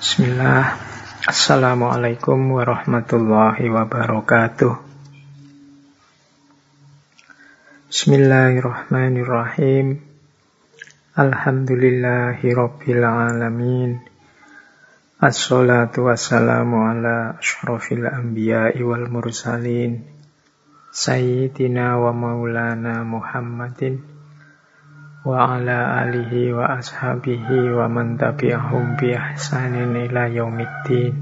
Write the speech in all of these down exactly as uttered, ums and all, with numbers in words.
Bismillah. Assalamualaikum warahmatullahi wabarakatuh. Bismillahirrahmanirrahim. Alhamdulillahi rabbil alamin. Assalatu wassalamu ala asyrafil anbiya'i wal mursalin, Sayyidina wa maulana Muhammadin wa ala alihi wa ashabihi wa man tabi'ahum bi ihsanin ila yaumiddin.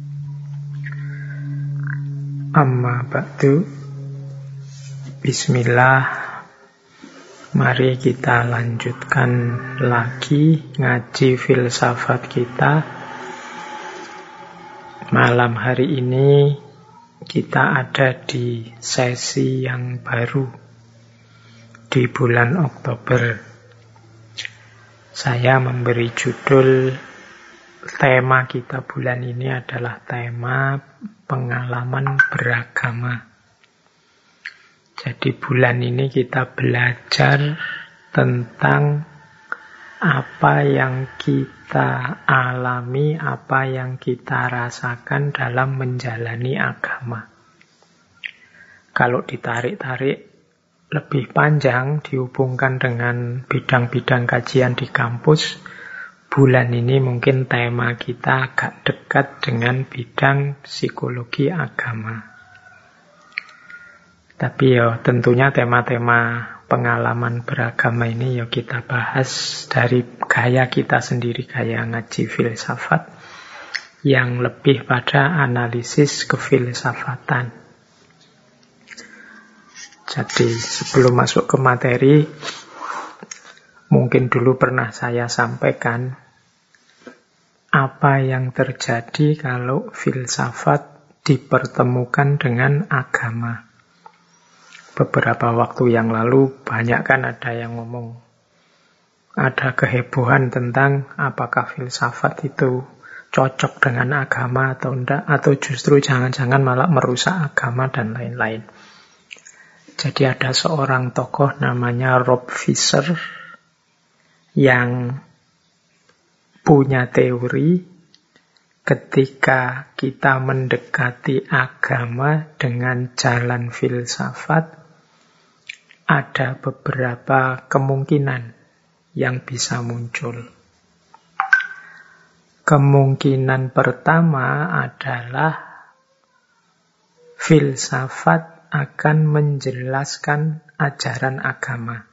Amma ba'du. Bismillah. Mari kita lanjutkan lagi ngaji filsafat kita. Malam hari ini kita ada di sesi yang baru di bulan Oktober. Saya memberi judul, tema kita bulan ini adalah tema pengalaman beragama. Jadi bulan ini kita belajar tentang apa yang kita alami, apa yang kita rasakan dalam menjalani agama. Kalau ditarik-tarik lebih panjang, dihubungkan dengan bidang-bidang kajian di kampus, bulan ini mungkin tema kita agak dekat dengan bidang psikologi agama. Tapi ya tentunya tema-tema pengalaman beragama ini ya kita bahas dari gaya kita sendiri, gaya ngaji filsafat yang lebih pada analisis kefilsafatan. Jadi sebelum masuk ke materi, mungkin dulu pernah saya sampaikan apa yang terjadi kalau filsafat dipertemukan dengan agama. Beberapa waktu yang lalu banyak kan ada yang ngomong, ada kehebohan tentang apakah filsafat itu cocok dengan agama atau enggak, atau justru jangan-jangan malah merusak agama dan lain-lain. Jadi ada seorang tokoh namanya Rob Fisher yang punya teori ketika kita mendekati agama dengan jalan filsafat, ada beberapa kemungkinan yang bisa muncul. Kemungkinan pertama adalah filsafat akan menjelaskan ajaran agama.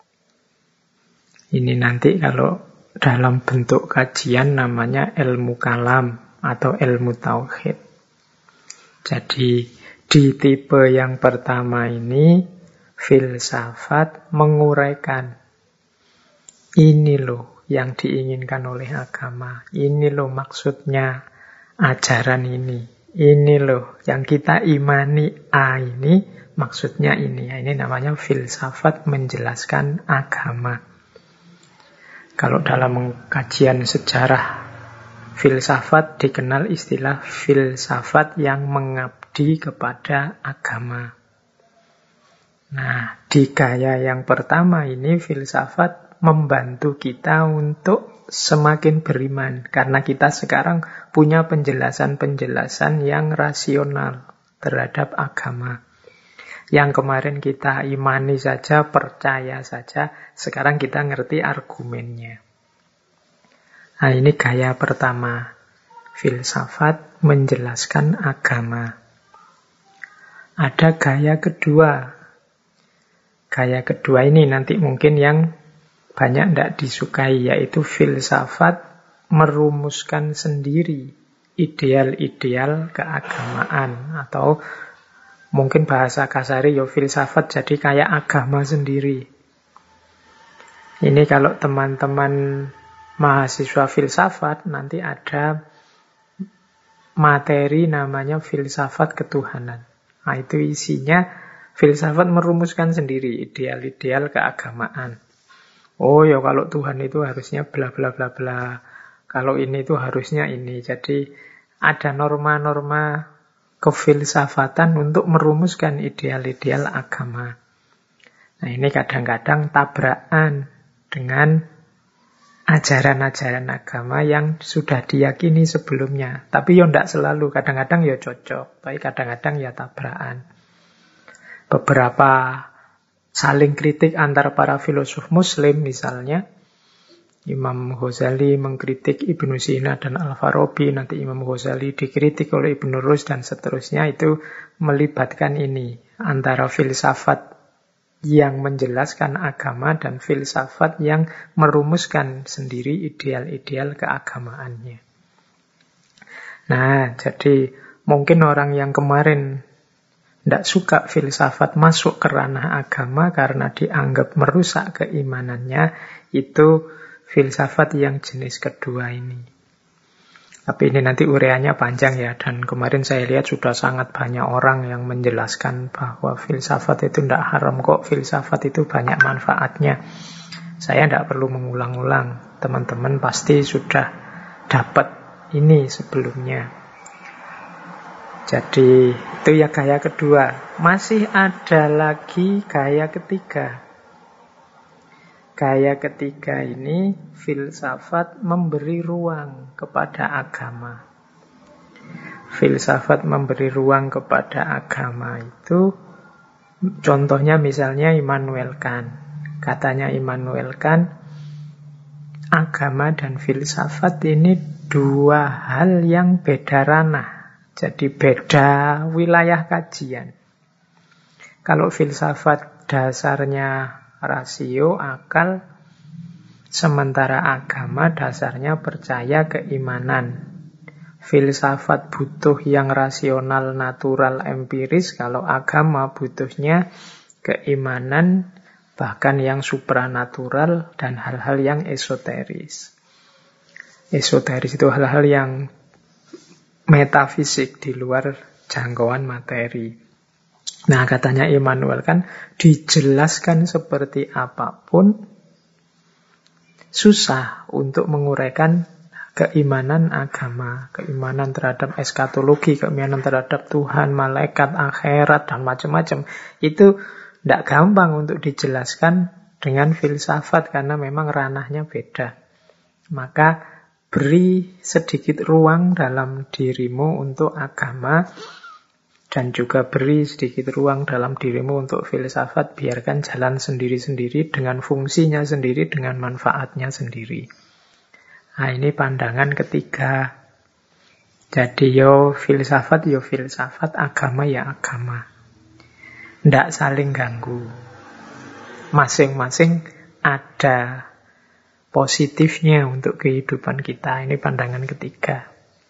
Ini nanti kalau dalam bentuk kajian namanya ilmu kalam atau ilmu tauhid. Jadi di tipe yang pertama ini filsafat menguraikan, ini loh yang diinginkan oleh agama, ini loh maksudnya ajaran ini. Ini loh, yang kita imani A ini, maksudnya ini. Ini namanya filsafat menjelaskan agama. Kalau dalam kajian sejarah filsafat dikenal istilah filsafat yang mengabdi kepada agama. Nah, di gaya yang pertama ini filsafat membantu kita untuk semakin beriman, karena kita sekarang punya penjelasan-penjelasan yang rasional terhadap agama. Yang kemarin kita imani saja, percaya saja, sekarang kita ngerti argumennya. Nah, ini gaya pertama, filsafat menjelaskan agama. Ada gaya kedua. Gaya kedua ini nanti mungkin yang banyak tidak disukai, yaitu filsafat merumuskan sendiri ideal-ideal keagamaan, atau mungkin bahasa kasari ya filsafat jadi kayak agama sendiri. Ini kalau teman-teman mahasiswa filsafat nanti ada materi namanya filsafat ketuhanan. Nah, itu isinya filsafat merumuskan sendiri ideal-ideal keagamaan. Oh ya kalau Tuhan itu harusnya bla bla bla bla. Kalau ini itu harusnya ini. Jadi ada norma-norma kefilsafatan untuk merumuskan ideal-ideal agama. Nah ini kadang-kadang tabrakan dengan ajaran-ajaran agama yang sudah diyakini sebelumnya. Tapi ya tidak selalu, kadang-kadang ya cocok, tapi kadang-kadang ya tabrakan. Beberapa saling kritik antara para filosof muslim misalnya, Imam Ghazali mengkritik Ibnu Sina dan Al-Farabi, nanti Imam Ghazali dikritik oleh Ibnu Rus dan seterusnya, itu melibatkan ini, antara filsafat yang menjelaskan agama dan filsafat yang merumuskan sendiri ideal-ideal keagamaannya. Nah, jadi mungkin orang yang kemarin tidak suka filsafat masuk ke ranah agama karena dianggap merusak keimanannya, itu filsafat yang jenis kedua ini. Tapi ini nanti ureannya panjang ya, dan kemarin saya lihat sudah sangat banyak orang yang menjelaskan bahwa filsafat itu tidak haram kok, filsafat itu banyak manfaatnya. Saya tidak perlu mengulang-ulang, teman-teman pasti sudah dapat ini sebelumnya. Jadi itu ya gaya kedua. Masih ada lagi gaya ketiga. Gaya ketiga ini, filsafat memberi ruang kepada agama. Filsafat memberi ruang kepada agama itu, contohnya misalnya Immanuel Kant. Katanya Immanuel Kant, agama dan filsafat ini dua hal yang beda ranah. Jadi beda wilayah kajian. Kalau filsafat dasarnya rasio, akal, sementara agama dasarnya percaya keimanan. Filsafat butuh yang rasional, natural, empiris, kalau agama butuhnya keimanan, bahkan yang supranatural dan hal-hal yang esoteris. Esoteris itu hal-hal yang metafisik di luar jangkauan materi. Nah, katanya Immanuel kan dijelaskan seperti apapun susah untuk menguraikan keimanan agama, keimanan terhadap eskatologi, keimanan terhadap Tuhan, malaikat, akhirat, dan macam-macam. Itu tidak gampang untuk dijelaskan dengan filsafat karena memang ranahnya beda. Maka beri sedikit ruang dalam dirimu untuk agama, dan juga beri sedikit ruang dalam dirimu untuk filsafat, biarkan jalan sendiri-sendiri dengan fungsinya sendiri, dengan manfaatnya sendiri. Nah, ini pandangan ketiga. Jadi yo filsafat, yo filsafat, agama ya agama. Tidak saling ganggu. Masing-masing ada positifnya untuk kehidupan kita. Ini pandangan ketiga.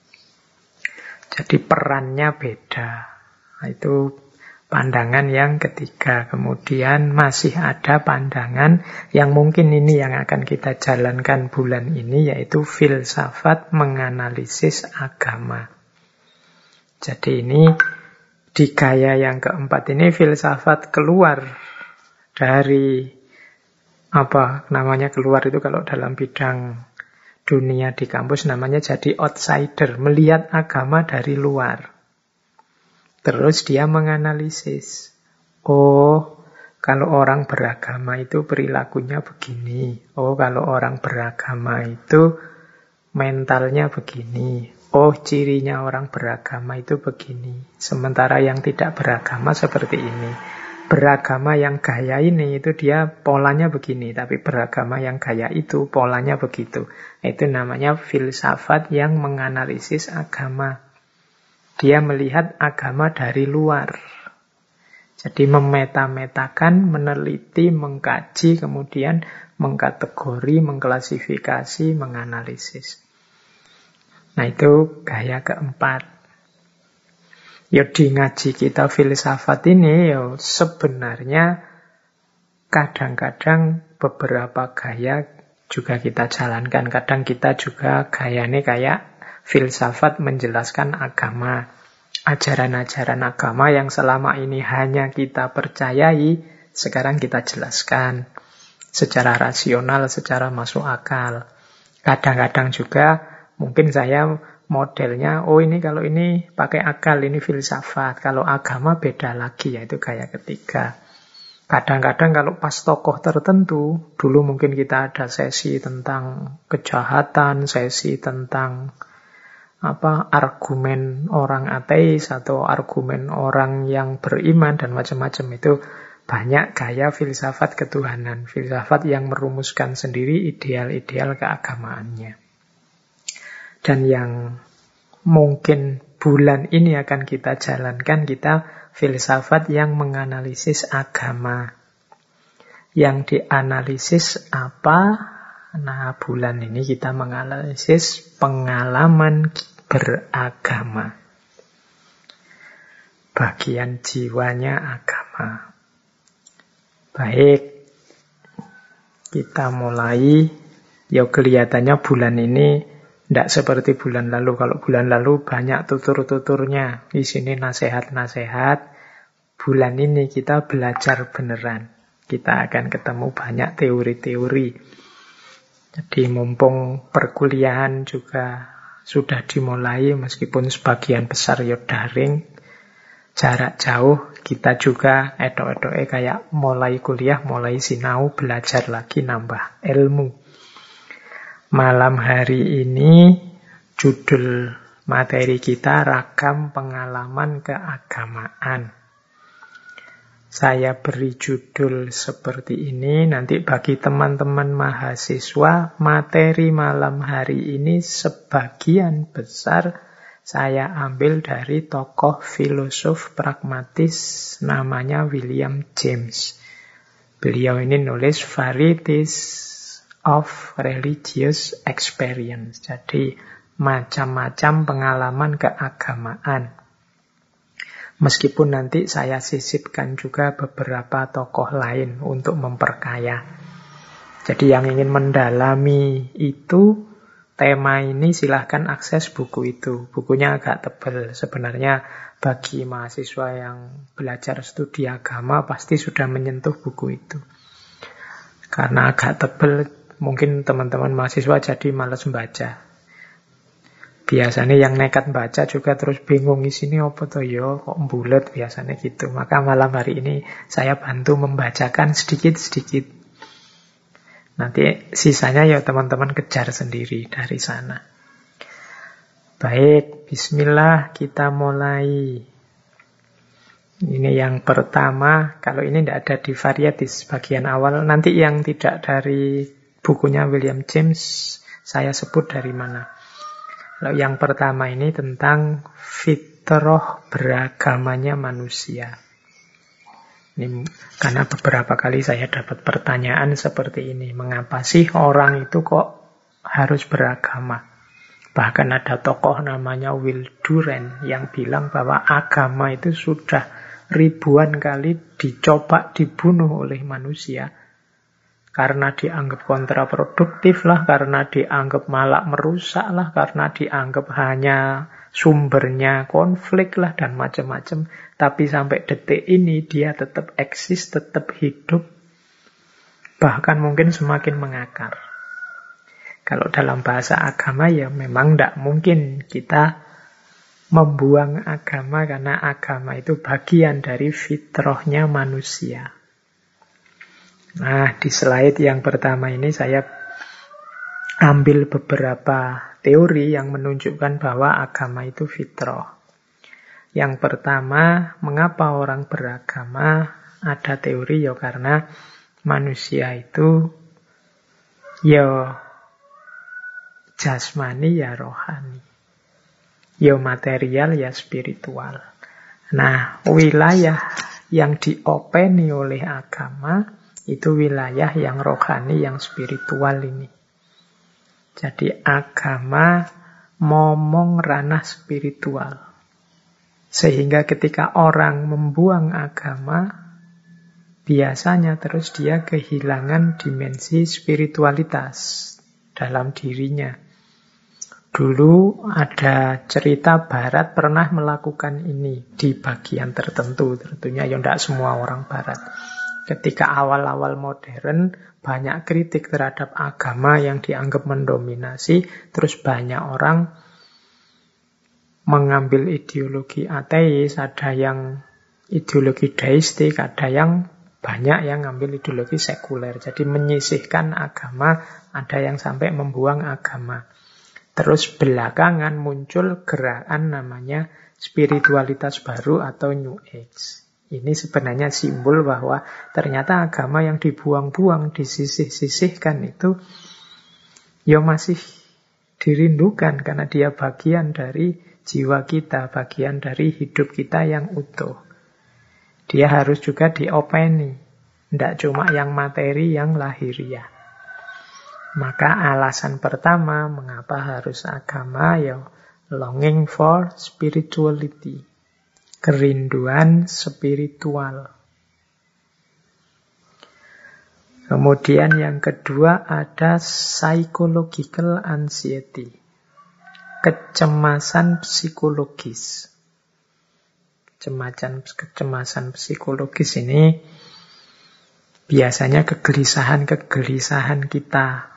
Jadi perannya beda. Nah, itu pandangan yang ketiga. Kemudian masih ada pandangan yang mungkin ini yang akan kita jalankan bulan ini, yaitu filsafat menganalisis agama. Jadi ini di gaya yang keempat ini filsafat keluar dari apa namanya, keluar itu kalau dalam bidang dunia di kampus namanya jadi outsider, melihat agama dari luar. Terus dia menganalisis, oh kalau orang beragama itu perilakunya begini, oh kalau orang beragama itu mentalnya begini, oh cirinya orang beragama itu begini, sementara yang tidak beragama seperti ini. Beragama yang gaya ini itu dia polanya begini, tapi beragama yang gaya itu polanya begitu. Itu namanya filsafat yang menganalisis agama. Dia melihat agama dari luar. Jadi memeta-metakan, meneliti, mengkaji, kemudian mengkategori, mengklasifikasi, menganalisis. Nah, itu gaya keempat. Ya di ngaji kita filsafat ini ya sebenarnya kadang-kadang beberapa gaya juga kita jalankan. Kadang kita juga gayanya kayak filsafat menjelaskan agama. Ajaran-ajaran agama yang selama ini hanya kita percayai, sekarang kita jelaskan secara rasional, secara masuk akal. Kadang-kadang juga mungkin saya modelnya, oh ini kalau ini pakai akal, ini filsafat. Kalau agama beda lagi, yaitu gaya ketiga. Kadang-kadang kalau pas tokoh tertentu, dulu mungkin kita ada sesi tentang kejahatan, sesi tentang apa argumen orang ateis atau argumen orang yang beriman dan macam-macam, itu banyak gaya filsafat ketuhanan, filsafat yang merumuskan sendiri ideal-ideal keagamaannya. Dan yang mungkin bulan ini akan kita jalankan, kita filsafat yang menganalisis agama. Yang dianalisis apa? Nah, bulan ini kita menganalisis pengalaman beragama. Bagian jiwanya agama. Baik, kita mulai. Ya kelihatannya bulan ini tidak seperti bulan lalu. Kalau bulan lalu banyak tutur-tuturnya. Di sini nasihat-nasihat. Bulan ini kita belajar beneran. Kita akan ketemu banyak teori-teori. Jadi mumpung perkuliahan juga sudah dimulai, meskipun sebagian besar ya daring, jarak jauh, kita juga edok-edoknya kayak mulai kuliah, mulai sinau, belajar lagi, nambah ilmu. Malam hari ini judul materi kita ragam pengalaman keagamaan. Saya beri judul seperti ini, nanti bagi teman-teman mahasiswa, materi malam hari ini sebagian besar saya ambil dari tokoh filosof pragmatis namanya William James. Beliau ini nulis Varieties of Religious Experience. Jadi macam-macam pengalaman keagamaan. Meskipun nanti saya sisipkan juga beberapa tokoh lain untuk memperkaya. Jadi yang ingin mendalami itu, tema ini silahkan akses buku itu. Bukunya agak tebal. Sebenarnya bagi mahasiswa yang belajar studi agama pasti sudah menyentuh buku itu. Karena agak tebal, mungkin teman-teman mahasiswa jadi malas membaca. Biasanya yang nekat baca juga terus bingung, isinya apa toh ya, kok bulet, biasanya gitu. Maka malam hari ini saya bantu membacakan sedikit-sedikit. Nanti sisanya ya teman-teman kejar sendiri dari sana. Baik, bismillah, kita mulai. Ini yang pertama, kalau ini tidak ada di Varieties bagian awal. Nanti yang tidak dari bukunya William James, saya sebut dari mana. Kalau yang pertama ini tentang fitrah beragamanya manusia. Ini karena beberapa kali saya dapat pertanyaan seperti ini. Mengapa sih orang itu kok harus beragama? Bahkan ada tokoh namanya Will Durant yang bilang bahwa agama itu sudah ribuan kali dicoba dibunuh oleh manusia. Karena dianggap kontraproduktif lah, karena dianggap malah merusak lah, karena dianggap hanya sumbernya konflik lah, dan macam-macam. Tapi sampai detik ini dia tetap eksis, tetap hidup, bahkan mungkin semakin mengakar. Kalau dalam bahasa agama ya memang tidak mungkin kita membuang agama, karena agama itu bagian dari fitrahnya manusia. Nah, di slide yang pertama ini saya ambil beberapa teori yang menunjukkan bahwa agama itu fitrah. Yang pertama, mengapa orang beragama? Ada teori ya karena manusia itu ya jasmani ya rohani. Ya material ya spiritual. Nah, wilayah yang diopeni oleh agama itu wilayah yang rohani, yang spiritual ini. Jadi agama momong ranah spiritual. Sehingga ketika orang membuang agama, biasanya terus dia kehilangan dimensi spiritualitas dalam dirinya. Dulu ada cerita Barat pernah melakukan ini di bagian tertentu. Tentunya ya tidak semua orang Barat. Ketika awal-awal modern, banyak kritik terhadap agama yang dianggap mendominasi, terus banyak orang mengambil ideologi ateis, ada yang ideologi deistik, ada yang banyak yang ngambil ideologi sekuler. Jadi menyisihkan agama, ada yang sampai membuang agama. Terus belakangan muncul gerakan namanya spiritualitas baru atau New Age. Ini sebenarnya simbol bahwa ternyata agama yang dibuang-buang, disisih-sisihkan itu ya masih dirindukan karena dia bagian dari jiwa kita, bagian dari hidup kita yang utuh. Dia harus juga diopeni, tidak cuma yang materi, yang lahiriah. Maka alasan pertama mengapa harus agama, ya longing for spirituality, kerinduan spiritual. Kemudian yang kedua ada psychological anxiety, kecemasan psikologis. Kecemasan, kecemasan psikologis ini biasanya kegelisahan-kegelisahan kita.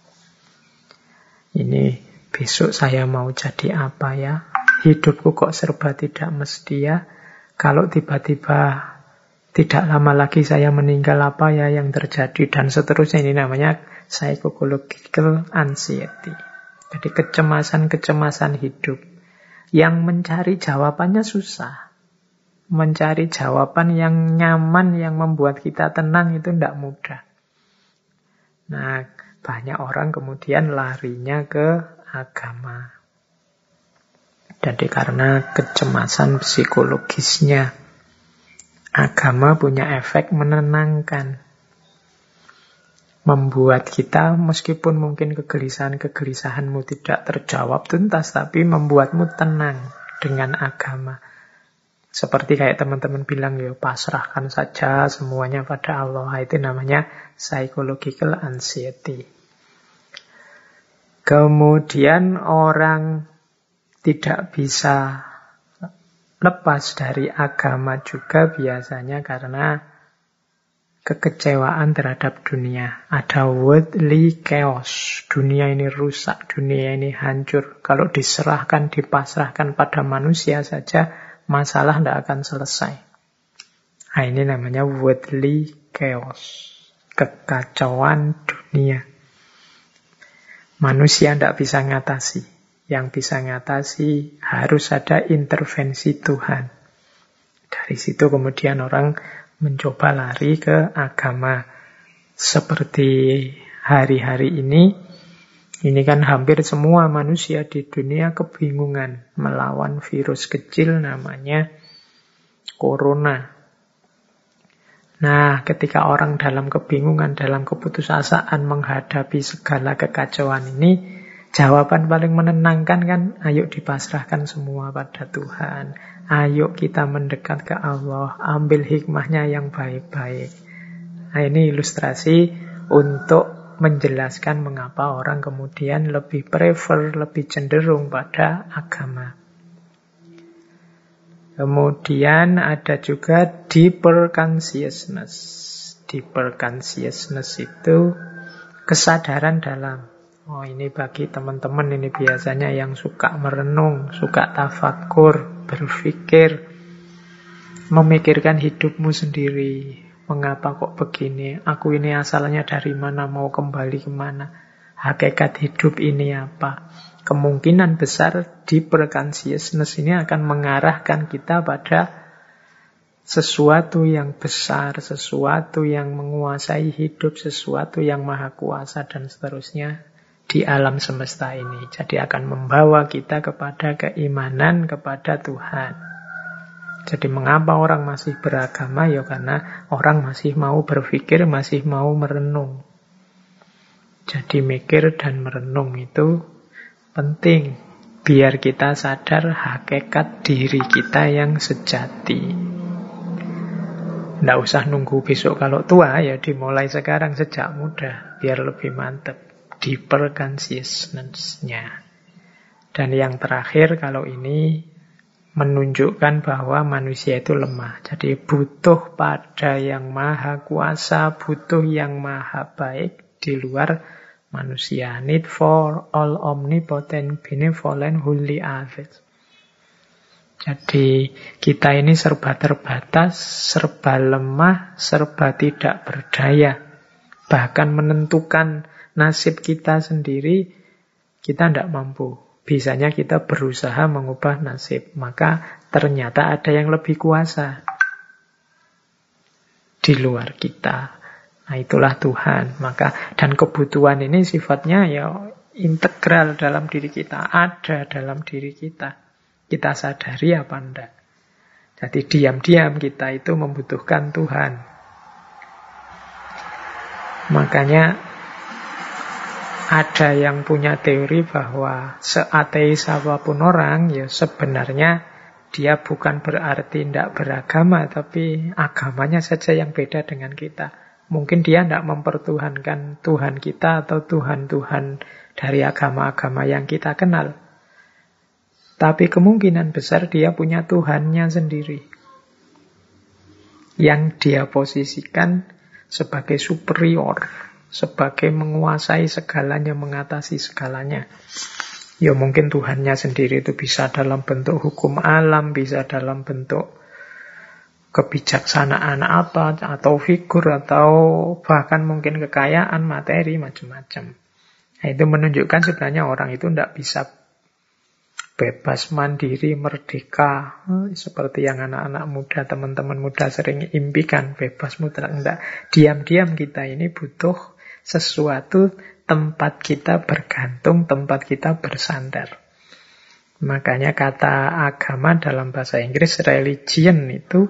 Ini besok saya mau jadi apa ya? Hidupku kok serba tidak mesti ya? Kalau tiba-tiba tidak lama lagi saya meninggal, apa ya yang terjadi? Dan seterusnya. Ini namanya psychological anxiety. Jadi kecemasan-kecemasan hidup. Yang mencari jawabannya susah. Mencari jawaban yang nyaman, yang membuat kita tenang itu tidak mudah. Nah, banyak orang kemudian larinya ke agama. Jadi karena kecemasan psikologisnya, agama punya efek menenangkan. Membuat kita, meskipun mungkin kegelisahan-kegelisahanmu tidak terjawab tuntas, tapi membuatmu tenang dengan agama. Seperti kayak teman-teman bilang, ya pasrahkan saja semuanya pada Allah. Itu namanya psychological anxiety. Kemudian orang tidak bisa lepas dari agama juga biasanya karena kekecewaan terhadap dunia. Ada worldly chaos. Dunia ini rusak, dunia ini hancur. Kalau diserahkan, dipasrahkan pada manusia saja, masalah tidak akan selesai. Nah, ini namanya worldly chaos. Kekacauan dunia. Manusia tidak bisa ngatasi. Yang bisa ngatasi harus ada intervensi Tuhan. Dari situ kemudian orang mencoba lari ke agama. Seperti hari-hari ini, ini kan hampir semua manusia di dunia kebingungan melawan virus kecil namanya corona. Nah, ketika orang dalam kebingungan, dalam keputusasaan menghadapi segala kekacauan ini, jawaban paling menenangkan kan, ayo dipasrahkan semua pada Tuhan. Ayo kita mendekat ke Allah, ambil hikmahnya yang baik-baik. Nah, ini ilustrasi untuk menjelaskan mengapa orang kemudian lebih prefer, lebih cenderung pada agama. Kemudian ada juga deeper consciousness. Deeper consciousness itu kesadaran dalam. Oh, ini bagi teman-teman ini biasanya yang suka merenung, suka tafakur, berpikir, memikirkan hidupmu sendiri. Mengapa kok begini? Aku ini asalnya dari mana? Mau kembali kemana? Hakikat hidup ini apa? Kemungkinan besar deeper consciousness ini akan mengarahkan kita pada sesuatu yang besar, sesuatu yang menguasai hidup, sesuatu yang maha kuasa dan seterusnya di alam semesta ini. Jadi akan membawa kita kepada keimanan kepada Tuhan. Jadi mengapa orang masih beragama? Ya karena orang masih mau berpikir, masih mau merenung. Jadi mikir dan merenung itu penting. Biar kita sadar hakikat diri kita yang sejati. Nggak usah nunggu besok kalau tua, ya dimulai sekarang sejak muda. Biar lebih mantap. Deeper consciousness-nya. Dan yang terakhir kalau ini menunjukkan bahwa manusia itu lemah. Jadi butuh pada yang maha kuasa, butuh yang maha baik di luar manusia. Need for all omnipotent, benevolent, holy Avid. Jadi kita ini serba terbatas, serba lemah, serba tidak berdaya. Bahkan menentukan nasib kita sendiri, kita tidak mampu. Bisanya kita berusaha mengubah nasib. Maka ternyata ada yang lebih kuasa di luar kita. Nah, itulah Tuhan. Maka dan kebutuhan ini sifatnya ya integral dalam diri kita, ada dalam diri kita. Kita sadari apa enggak? Jadi diam-diam kita itu membutuhkan Tuhan. Makanya ada yang punya teori bahwa seateis apapun orang, ya sebenarnya dia bukan berarti tidak beragama, tapi agamanya saja yang beda dengan kita. Mungkin dia tidak mempertuhankan Tuhan kita atau Tuhan-Tuhan dari agama-agama yang kita kenal. Tapi kemungkinan besar dia punya Tuhannya sendiri. Yang dia posisikan sebagai superior, sebagai menguasai segalanya, mengatasi segalanya. Ya mungkin Tuhannya sendiri itu bisa dalam bentuk hukum alam, bisa dalam bentuk kebijaksanaan apa, atau figur, atau bahkan mungkin kekayaan, materi, macam-macam. Nah, itu menunjukkan sebenarnya orang itu tidak bisa bebas, mandiri, merdeka, seperti yang anak-anak muda, teman-teman muda sering impikan, bebas mutlak. Enggak. Diam-diam kita ini butuh sesuatu tempat kita bergantung, tempat kita bersandar. Makanya kata agama dalam bahasa Inggris, religion, itu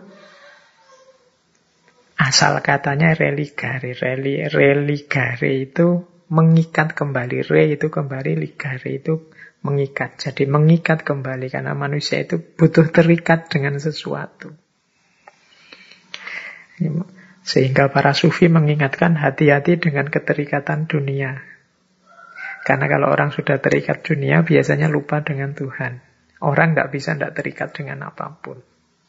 asal katanya religare. Reli, religare itu mengikat kembali. Re itu kembali, ligare itu mengikat. Jadi mengikat kembali karena manusia itu butuh terikat dengan sesuatu. Sehingga para sufi mengingatkan hati-hati dengan keterikatan dunia. Karena kalau orang sudah terikat dunia biasanya lupa dengan Tuhan. Orang nggak bisa nggak terikat dengan apapun.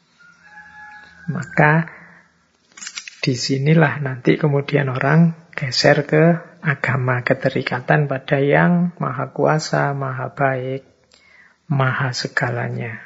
Maka disinilah nanti kemudian orang geser ke agama, keterikatan pada yang maha kuasa, maha baik, maha segalanya.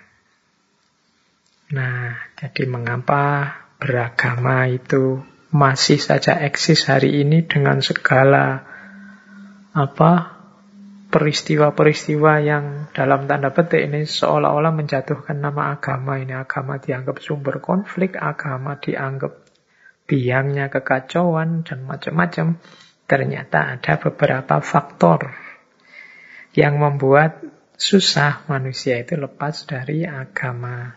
Nah, jadi mengapa beragama itu masih saja eksis hari ini dengan segala apa peristiwa-peristiwa yang dalam tanda petik ini seolah-olah menjatuhkan nama agama ini. Agama dianggap sumber konflik, agama dianggap biangnya kekacauan dan macam-macam. Ternyata ada beberapa faktor yang membuat susah manusia itu lepas dari agama.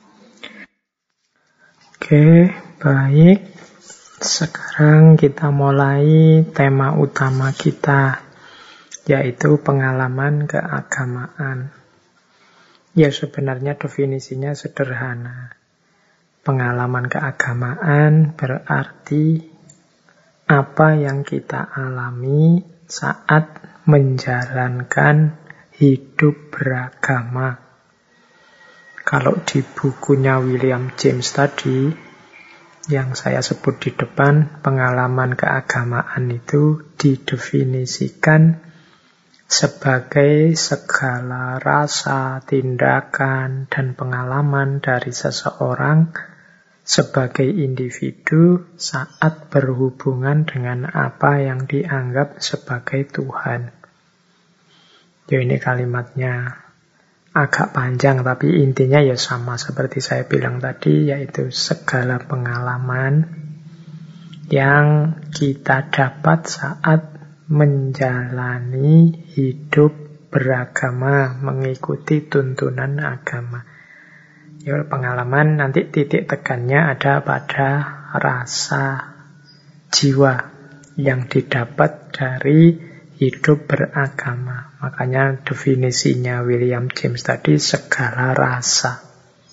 Oke, baik. Sekarang kita mulai tema utama kita, yaitu pengalaman keagamaan. Ya sebenarnya definisinya sederhana. Pengalaman keagamaan berarti apa yang kita alami saat menjalankan hidup beragama. Kalau di bukunya William James tadi, yang saya sebut di depan, pengalaman keagamaan itu didefinisikan sebagai segala rasa, tindakan, dan pengalaman dari seseorang sebagai individu saat berhubungan dengan apa yang dianggap sebagai Tuhan. Ya ini kalimatnya agak panjang, tapi intinya ya sama seperti saya bilang tadi, yaitu segala pengalaman yang kita dapat saat menjalani hidup beragama, mengikuti tuntunan agama. Ya, pengalaman nanti titik tekannya ada pada rasa jiwa yang didapat dari hidup beragama. Makanya definisinya William James tadi segala rasa.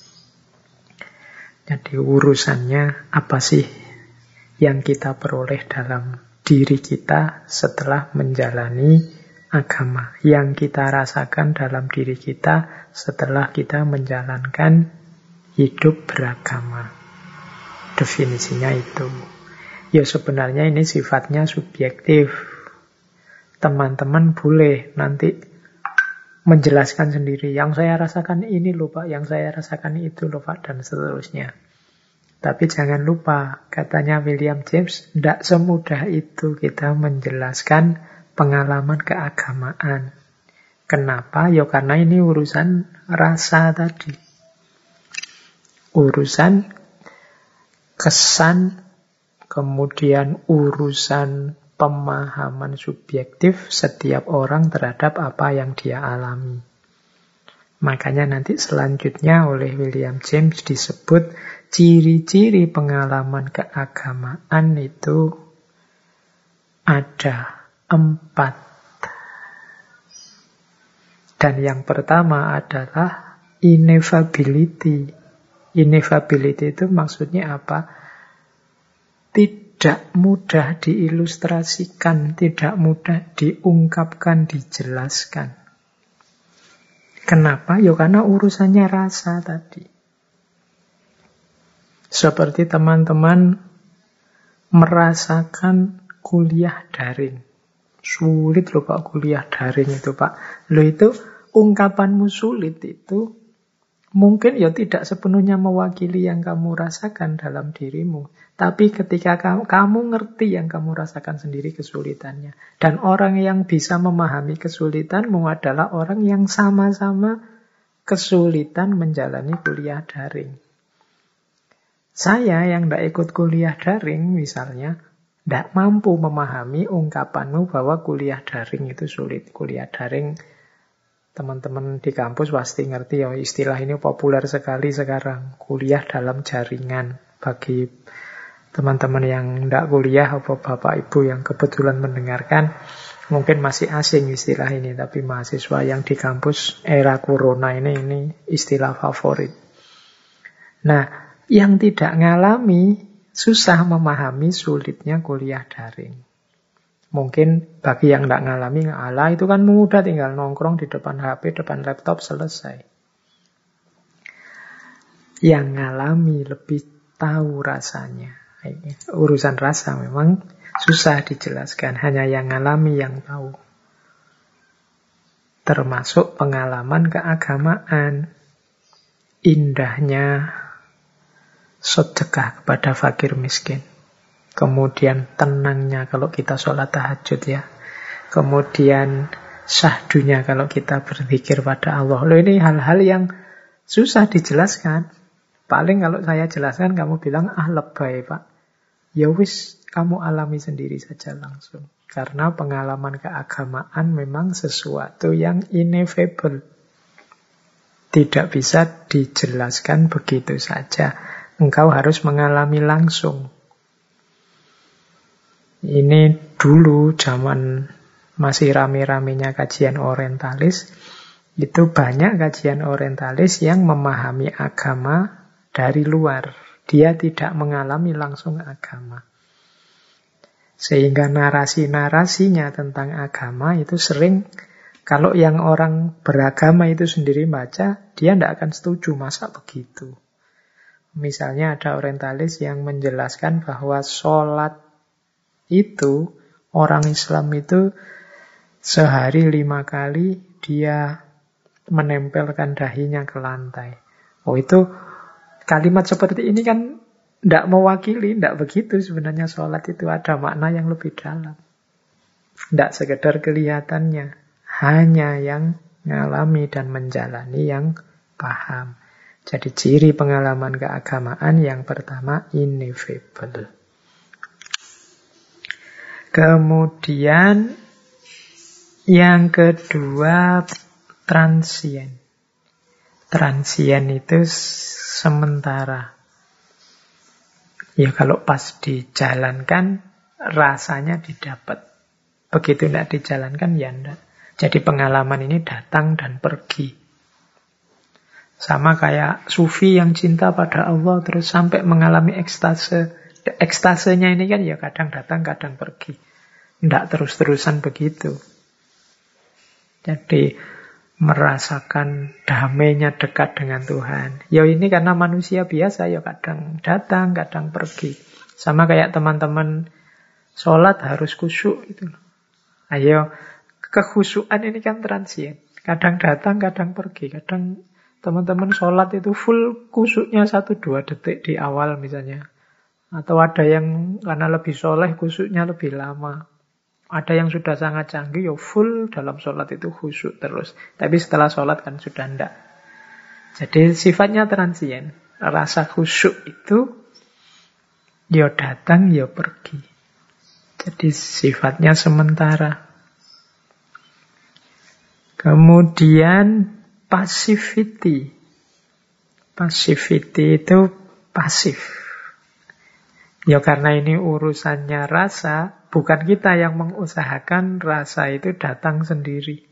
Jadi urusannya apa sih yang kita peroleh dalam diri kita setelah menjalani agama, yang kita rasakan dalam diri kita setelah kita menjalankan hidup beragama. Definisinya itu. Ya sebenarnya ini sifatnya subjektif. Teman-teman boleh nanti menjelaskan sendiri. Yang saya rasakan ini loh Pak, yang saya rasakan itu loh Pak, dan seterusnya. Tapi jangan lupa, katanya William James, tidak semudah itu kita menjelaskan pengalaman keagamaan. Kenapa? Ya karena ini urusan rasa tadi. Urusan kesan, kemudian urusan pemahaman subjektif setiap orang terhadap apa yang dia alami. Makanya nanti selanjutnya oleh William James disebut ciri-ciri pengalaman keagamaan itu ada empat. Dan yang pertama adalah ineffability. Ineffability itu maksudnya apa? Tidak mudah diilustrasikan, tidak mudah diungkapkan, dijelaskan. Kenapa? Ya karena urusannya rasa tadi. Seperti teman-teman merasakan kuliah daring. Sulit loh Pak kuliah daring itu Pak. Loh itu ungkapanmu sulit itu mungkin ya tidak sepenuhnya mewakili yang kamu rasakan dalam dirimu. Tapi ketika kamu, kamu ngerti yang kamu rasakan sendiri kesulitannya. Dan orang yang bisa memahami kesulitanmu adalah orang yang sama-sama kesulitan menjalani kuliah daring. Saya yang tidak ikut kuliah daring misalnya, tidak mampu memahami ungkapanmu bahwa kuliah daring itu sulit. Kuliah daring, teman-teman di kampus pasti ngerti ya, istilah ini populer sekali sekarang. Kuliah dalam jaringan. Bagi teman-teman yang tidak kuliah atau bapak ibu yang kebetulan mendengarkan, mungkin masih asing istilah ini. Tapi mahasiswa yang di kampus era corona ini, ini istilah favorit. Nah, yang tidak ngalami susah memahami sulitnya kuliah daring. Mungkin bagi yang tidak ngalami, ala itu kan mudah, tinggal nongkrong di depan H P, depan laptop, selesai. Yang ngalami lebih tahu rasanya. Urusan rasa memang susah dijelaskan, hanya yang ngalami yang tahu. Termasuk pengalaman keagamaan. Indahnya sedekah kepada fakir miskin. Kemudian tenangnya kalau kita sholat tahajud ya. Kemudian syahdunya kalau kita berzikir pada Allah. Loh ini hal-hal yang susah dijelaskan. Paling kalau saya jelaskan kamu bilang, ah lebay Pak. Ya wis, kamu alami sendiri saja langsung. Karena pengalaman keagamaan memang sesuatu yang ineffable. Tidak bisa dijelaskan begitu saja. Engkau harus mengalami langsung. Ini dulu zaman masih rame-ramenya kajian orientalis, itu banyak kajian orientalis yang memahami agama dari luar. Dia tidak mengalami langsung agama. Sehingga narasi-narasinya tentang agama itu sering, kalau yang orang beragama itu sendiri baca, dia tidak akan setuju, masa begitu. Misalnya ada orientalis yang menjelaskan bahwa sholat itu, orang Islam itu sehari lima kali dia menempelkan dahinya ke lantai. Oh itu kalimat seperti ini kan tidak mewakili, tidak begitu sebenarnya sholat itu ada makna yang lebih dalam. Tidak sekedar kelihatannya, hanya yang ngalami dan menjalani yang paham. Jadi ciri pengalaman keagamaan yang pertama ineffable. Kemudian yang kedua transient. Transient itu sementara. Ya kalau pas dijalankan rasanya didapat. Begitu tidak dijalankan ya enggak. Jadi pengalaman ini datang dan pergi. Sama kayak sufi yang cinta pada Allah terus sampai mengalami ekstase. Ekstasenya ini kan ya kadang datang, kadang pergi. Tidak terus-terusan begitu. Jadi merasakan damainya dekat dengan Tuhan. Ya ini karena manusia biasa ya kadang datang, kadang pergi. Sama kayak teman-teman sholat harus khusyuk. Gitu. Ayo, kekhusyuan ini kan transient. Kadang datang, kadang pergi. Kadang teman-teman sholat itu full kusuknya satu dua detik di awal misalnya. Atau ada yang karena lebih soleh kusuknya lebih lama. Ada yang sudah sangat canggih, ya full dalam sholat itu khusyuk terus. Tapi setelah sholat kan sudah enggak. Jadi sifatnya transien. Rasa khusyuk itu ya datang, ya pergi. Jadi sifatnya sementara. Kemudian passivity. Passivity itu pasif. Ya karena ini urusannya rasa, bukan kita yang mengusahakan, rasa itu datang sendiri.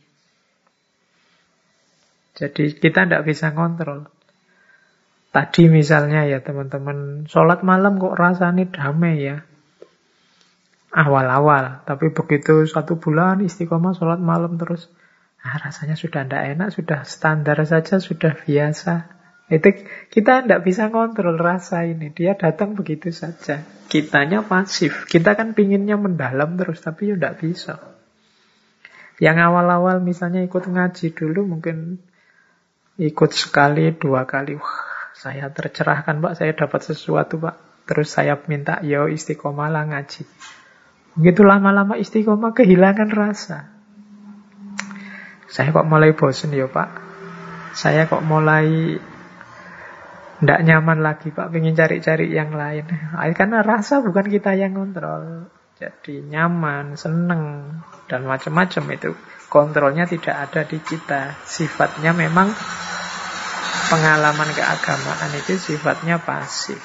Jadi kita tidak bisa kontrol. Tadi misalnya ya teman-teman, sholat malam kok rasanya damai ya. Awal-awal, tapi begitu satu bulan istiqomah sholat malam terus, ah, rasanya sudah tidak enak, sudah standar saja, sudah biasa. Itu kita tidak bisa kontrol rasa ini. Dia datang begitu saja. Kitanya pasif. Kita kan pinginnya mendalam terus, tapi ya tidak bisa. Yang awal-awal misalnya ikut ngaji dulu, mungkin ikut sekali, dua kali. Wah, saya tercerahkan Pak, saya dapat sesuatu Pak. Terus saya minta, yo istiqomah lah ngaji. Begitu lama-lama istiqomah kehilangan rasa. Saya kok mulai bosen ya Pak. Saya kok mulai tidak nyaman lagi Pak, pengen cari-cari yang lain. Karena rasa bukan kita yang kontrol. Jadi nyaman, seneng, dan macam-macam itu. Kontrolnya tidak ada di kita. Sifatnya memang pengalaman keagamaan itu sifatnya pasif.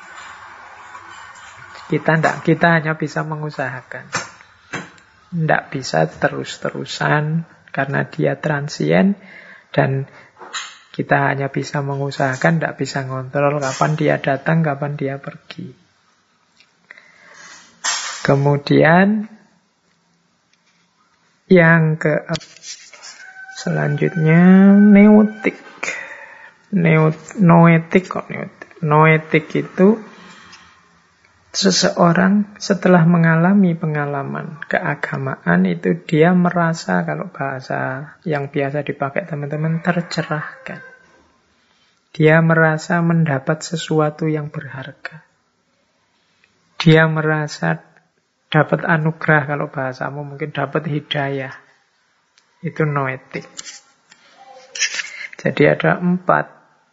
Kita tidak, kita hanya bisa mengusahakan. Tidak bisa terus-terusan karena dia transien dan kita hanya bisa mengusahakan, tidak bisa ngontrol kapan dia datang, kapan dia pergi. Kemudian yang ke selanjutnya noetik. Neot, noetik kok noetik. Noetik itu seseorang setelah mengalami pengalaman keagamaan itu dia merasa, kalau bahasa yang biasa dipakai teman-teman, tercerahkan. Dia merasa mendapat sesuatu yang berharga. Dia merasa dapat anugerah, kalau bahasamu mungkin dapat hidayah. Itu noetik. Jadi ada empat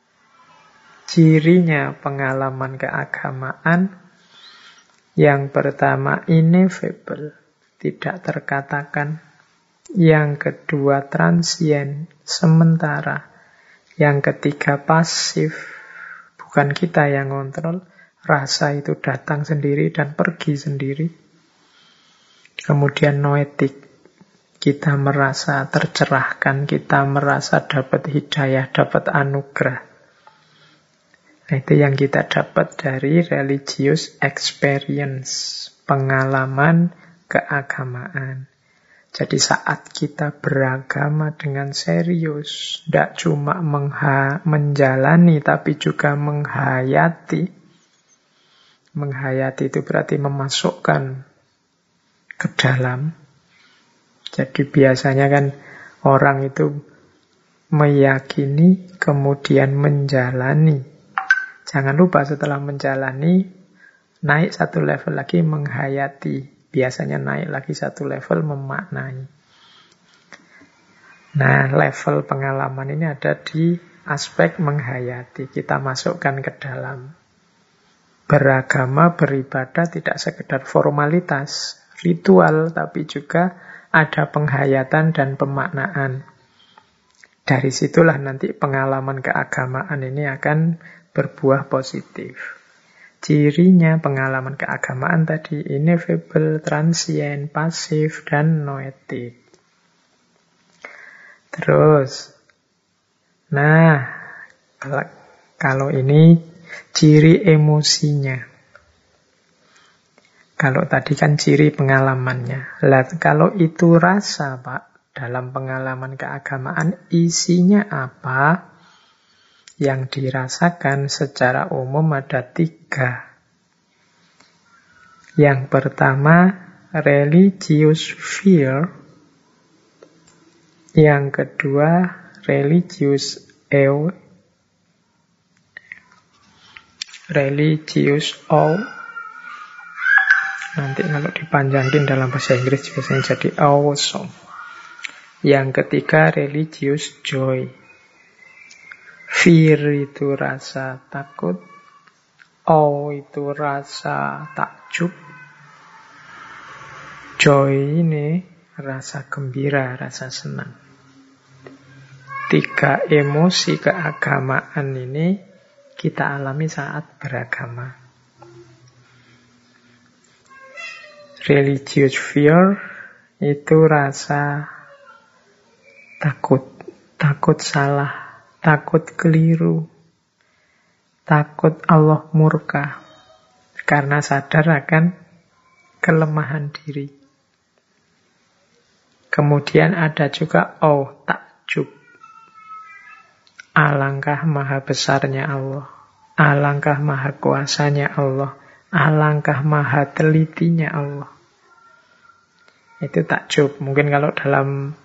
cirinya pengalaman keagamaan. Yang pertama ineffable, tidak terkatakan. Yang kedua transien, sementara. Yang ketiga pasif, bukan kita yang kontrol. Rasa itu datang sendiri dan pergi sendiri. Kemudian noetik, kita merasa tercerahkan, kita merasa dapat hidayah, dapat anugerah. Nah, itu yang kita dapat dari religious experience, pengalaman keagamaan. Jadi saat kita beragama dengan serius, tidak cuma mengha- menjalani, tapi juga menghayati. Menghayati itu berarti memasukkan ke dalam. Jadi biasanya kan orang itu meyakini, kemudian menjalani. Jangan lupa setelah menjalani, naik satu level lagi menghayati. Biasanya naik lagi satu level memaknai. Nah, level pengalaman ini ada di aspek menghayati. Kita masukkan ke dalam. Beragama, beribadah tidak sekedar formalitas, ritual, tapi juga ada penghayatan dan pemaknaan. Dari situlah nanti pengalaman keagamaan ini akan berbuah positif. Cirinya pengalaman keagamaan tadi ineffable, transient, pasif, dan noetik. Terus, nah, kalau ini ciri emosinya. Kalau tadi kan ciri pengalamannya. Lah, kalau itu rasa, Pak, dalam pengalaman keagamaan, isinya apa? Yang dirasakan secara umum ada tiga. Yang pertama, religious fear. Yang kedua, religious eu, religious awe. Nanti kalau dipanjangin dalam bahasa Inggris biasanya jadi awesome. Yang ketiga, religious joy. Fear itu rasa takut, awe itu rasa takjub, joy ini rasa gembira, rasa senang. Tiga emosi keagamaan ini kita alami saat beragama. Religious fear itu rasa takut, takut salah, takut keliru, takut Allah murka karena sadar akan kelemahan diri. Kemudian ada juga oh takjub. Alangkah maha besarnya Allah, alangkah maha kuasanya Allah, alangkah maha telitinya Allah. Itu takjub. Mungkin kalau dalam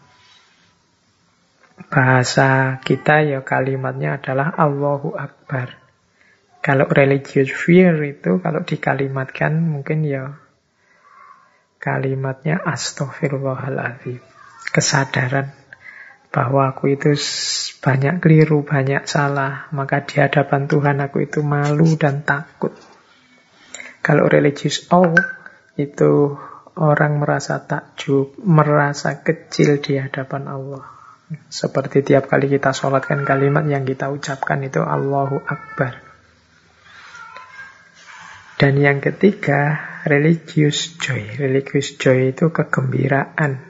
bahasa kita ya kalimatnya adalah Allahu Akbar. Kalau religious fear itu kalau dikalimatkan mungkin ya kalimatnya Astaghfirullahaladzim. Kesadaran bahwa aku itu banyak keliru, banyak salah, maka di hadapan Tuhan aku itu malu dan takut. Kalau religious awe itu orang merasa takjub, merasa kecil di hadapan Allah. Seperti tiap kali kita sholatkan kalimat yang kita ucapkan itu Allahu Akbar. Dan yang ketiga, religious joy. Religious joy itu kegembiraan,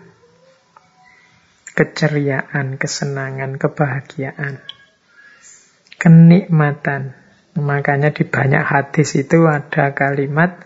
keceriaan, kesenangan, kebahagiaan, kenikmatan. Makanya di banyak hadis itu ada kalimat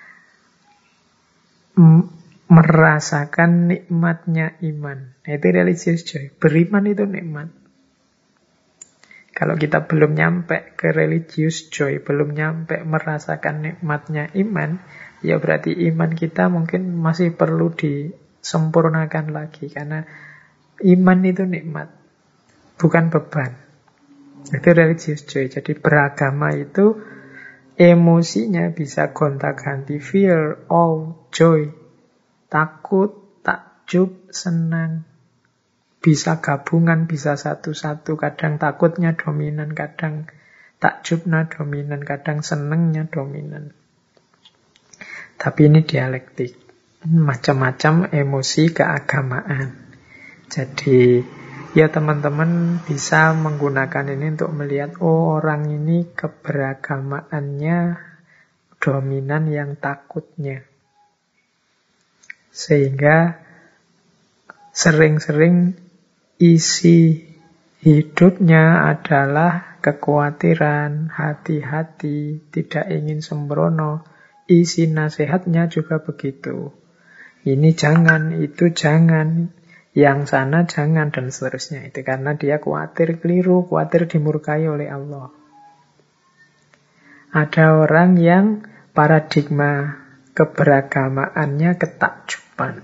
merasakan nikmatnya iman. Itu religious joy. Beriman itu nikmat. Kalau kita belum nyampe ke religious joy, belum nyampe merasakan nikmatnya iman, ya berarti iman kita mungkin masih perlu disempurnakan lagi. Karena iman itu nikmat, bukan beban. Itu religious joy. Jadi beragama itu emosinya bisa gonta-ganti, fear, awe, joy, takut, takjub, senang. Bisa gabungan, bisa satu-satu. Kadang takutnya dominan, kadang takjubnya dominan, kadang senengnya dominan. Tapi ini dialektik. Macam-macam emosi keagamaan. Jadi ya teman-teman bisa menggunakan ini untuk melihat, oh orang ini keberagamaannya dominan yang takutnya. Sehingga sering-sering isi hidupnya adalah kekhawatiran, hati-hati, tidak ingin sembrono. Isi nasihatnya juga begitu. Ini jangan, itu jangan, yang sana jangan, dan seterusnya. Itu karena dia khawatir keliru, khawatir dimurkai oleh Allah. Ada orang yang paradigma keberagamaannya ketakjuban.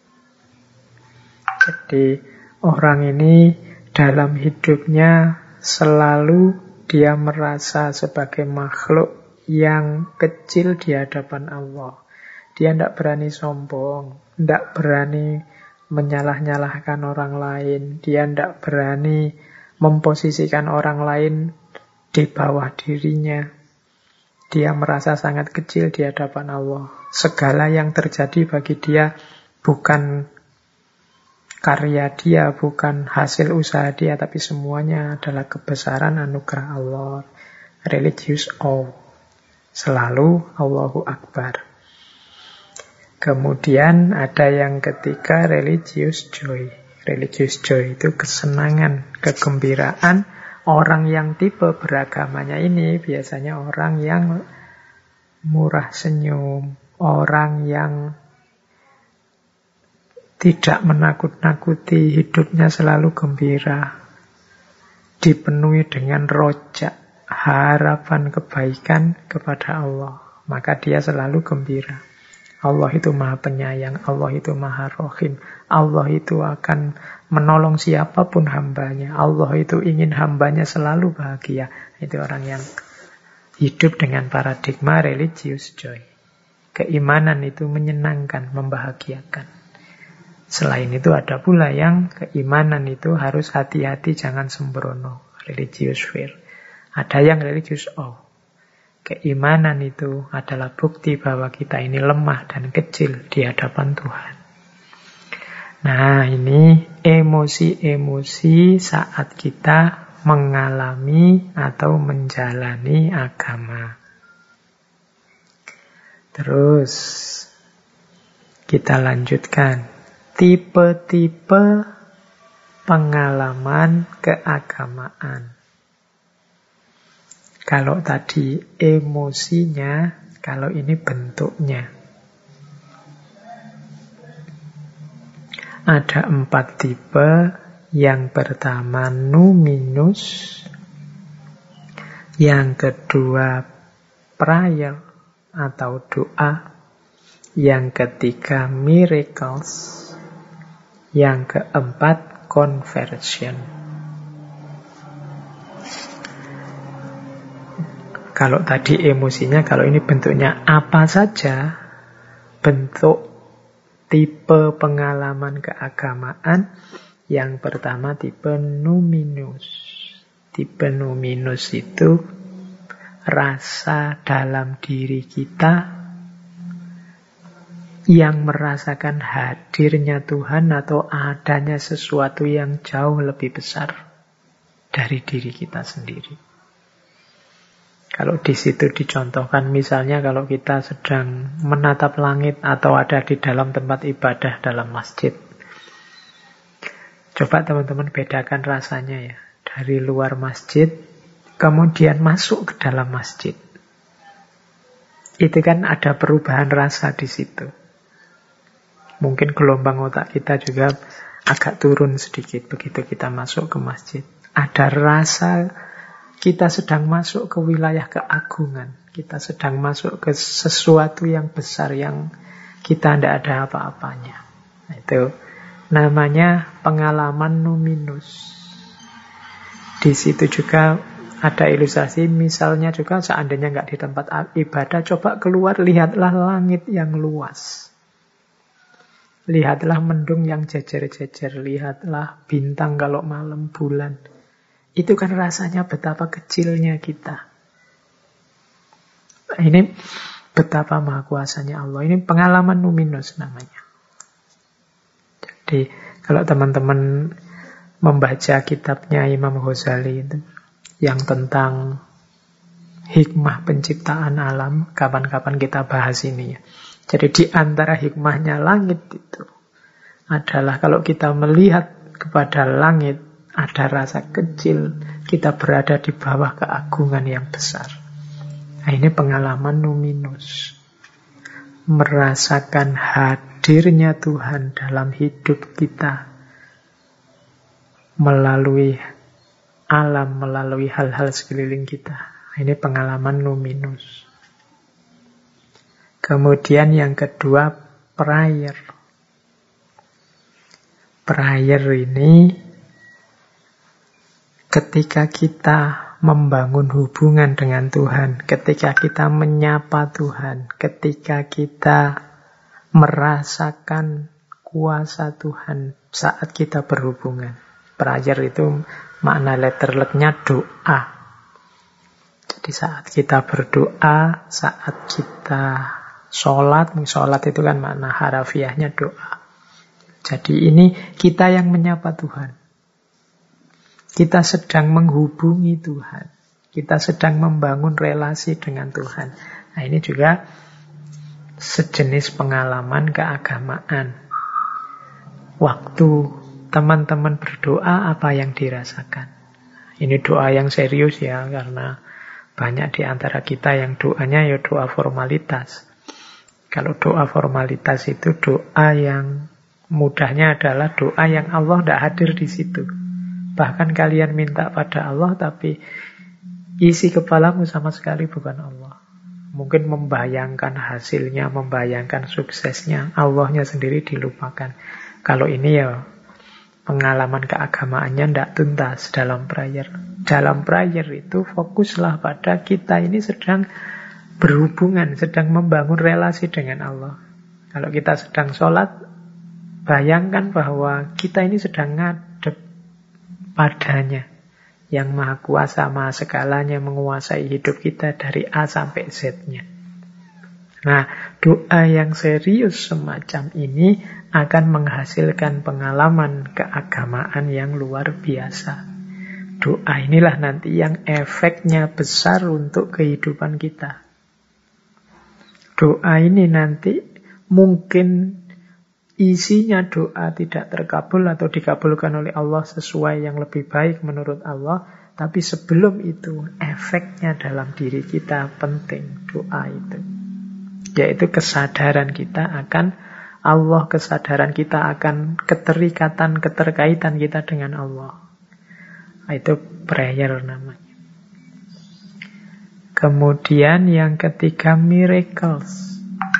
Jadi orang ini dalam hidupnya selalu dia merasa sebagai makhluk yang kecil di hadapan Allah. Dia tidak berani sombong, tidak berani menyalah-nyalahkan orang lain. Dia tidak berani memposisikan orang lain di bawah dirinya. Dia merasa sangat kecil di hadapan Allah. Segala yang terjadi bagi dia bukan karya dia, bukan hasil usaha dia, tapi semuanya adalah kebesaran anugerah Allah. Religious awe. Selalu Allahu Akbar. Kemudian ada yang ketiga, religious joy. Religious joy itu kesenangan, kegembiraan. Orang yang tipe beragamanya ini biasanya orang yang murah senyum, orang yang tidak menakut-nakuti, hidupnya selalu gembira, dipenuhi dengan rojak, harapan kebaikan kepada Allah. Maka dia selalu gembira. Allah itu maha penyayang, Allah itu maha rohim, Allah itu akan menolong siapapun hambanya. Allah itu ingin hambanya selalu bahagia. Itu orang yang hidup dengan paradigma religious joy. Keimanan itu menyenangkan, membahagiakan. Selain itu ada pula yang keimanan itu harus hati-hati, jangan sembrono. Religious fear. Ada yang religious awe. Keimanan itu adalah bukti bahwa kita ini lemah dan kecil di hadapan Tuhan. Nah, ini emosi-emosi saat kita mengalami atau menjalani agama. Terus, kita lanjutkan. Tipe-tipe pengalaman keagamaan. Kalau tadi emosinya, kalau ini bentuknya. Ada empat tipe. Yang pertama numinus, yang kedua prayer atau doa, yang ketiga miracles, yang keempat conversion. Kalau tadi emosinya, kalau ini bentuknya apa saja, bentuk tipe pengalaman keagamaan. Yang pertama tipe numinus. Tipe numinus itu rasa dalam diri kita yang merasakan hadirnya Tuhan atau adanya sesuatu yang jauh lebih besar dari diri kita sendiri. Kalau di situ dicontohkan, misalnya kalau kita sedang menatap langit atau ada di dalam tempat ibadah dalam masjid. Coba teman-teman bedakan rasanya ya. Dari luar masjid, kemudian masuk ke dalam masjid. Itu kan ada perubahan rasa di situ. Mungkin gelombang otak kita juga agak turun sedikit begitu kita masuk ke masjid. Ada rasa kita sedang masuk ke wilayah keagungan. Kita sedang masuk ke sesuatu yang besar yang kita tidak ada apa-apanya. Nah, itu namanya pengalaman numinus. Di situ juga ada ilustrasi, misalnya juga seandainya nggak di tempat ibadah, coba keluar, lihatlah langit yang luas. Lihatlah mendung yang jejer-jejer, lihatlah bintang kalau malam, bulan. Itu kan rasanya betapa kecilnya kita. Ini betapa maha kuasanya Allah. Ini pengalaman numinus namanya. Jadi kalau teman-teman membaca kitabnya Imam Ghazali itu yang tentang hikmah penciptaan alam, kapan-kapan kita bahas ini ya. Jadi di antara hikmahnya langit itu adalah kalau kita melihat kepada langit ada rasa kecil, kita berada di bawah keagungan yang besar. Nah, ini pengalaman numinus. Merasakan hadirnya Tuhan dalam hidup kita melalui alam, melalui hal-hal sekeliling kita. Ini pengalaman numinus. Kemudian yang kedua, prayer. Prayer ini ketika kita membangun hubungan dengan Tuhan, ketika kita menyapa Tuhan, ketika kita merasakan kuasa Tuhan saat kita berhubungan. Prayer itu makna letterletnya doa. Jadi saat kita berdoa, saat kita sholat, sholat itu kan makna harafiahnya doa. Jadi ini kita yang menyapa Tuhan. Kita sedang menghubungi Tuhan. Kita sedang membangun relasi dengan Tuhan. Nah, ini juga sejenis pengalaman keagamaan. Waktu teman-teman berdoa, apa yang dirasakan? Ini doa yang serius ya, karena banyak di antara kita yang doanya ya doa formalitas. Kalau doa formalitas itu doa yang mudahnya adalah doa yang Allah tidak hadir di situ. Bahkan kalian minta pada Allah, tapi isi kepalamu sama sekali bukan Allah. Mungkin membayangkan hasilnya, membayangkan suksesnya, Allahnya sendiri dilupakan. Kalau ini ya pengalaman keagamaannya tidak tuntas dalam prayer. Dalam prayer itu fokuslah pada kita ini sedang berhubungan, sedang membangun relasi dengan Allah. Kalau kita sedang sholat, bayangkan bahwa kita ini sedang ngadep padanya, yang maha kuasa, maha segalanya, menguasai hidup kita dari A sampai Z-nya. Nah, doa yang serius semacam ini akan menghasilkan pengalaman keagamaan yang luar biasa. Doa inilah nanti yang efeknya besar untuk kehidupan kita. Doa ini nanti mungkin isinya doa tidak terkabul atau dikabulkan oleh Allah sesuai yang lebih baik menurut Allah. Tapi sebelum itu, efeknya dalam diri kita penting, doa itu. Yaitu kesadaran kita akan Allah, kesadaran kita akan keterikatan, keterkaitan kita dengan Allah. Itu prayer namanya. Kemudian yang ketiga, miracles.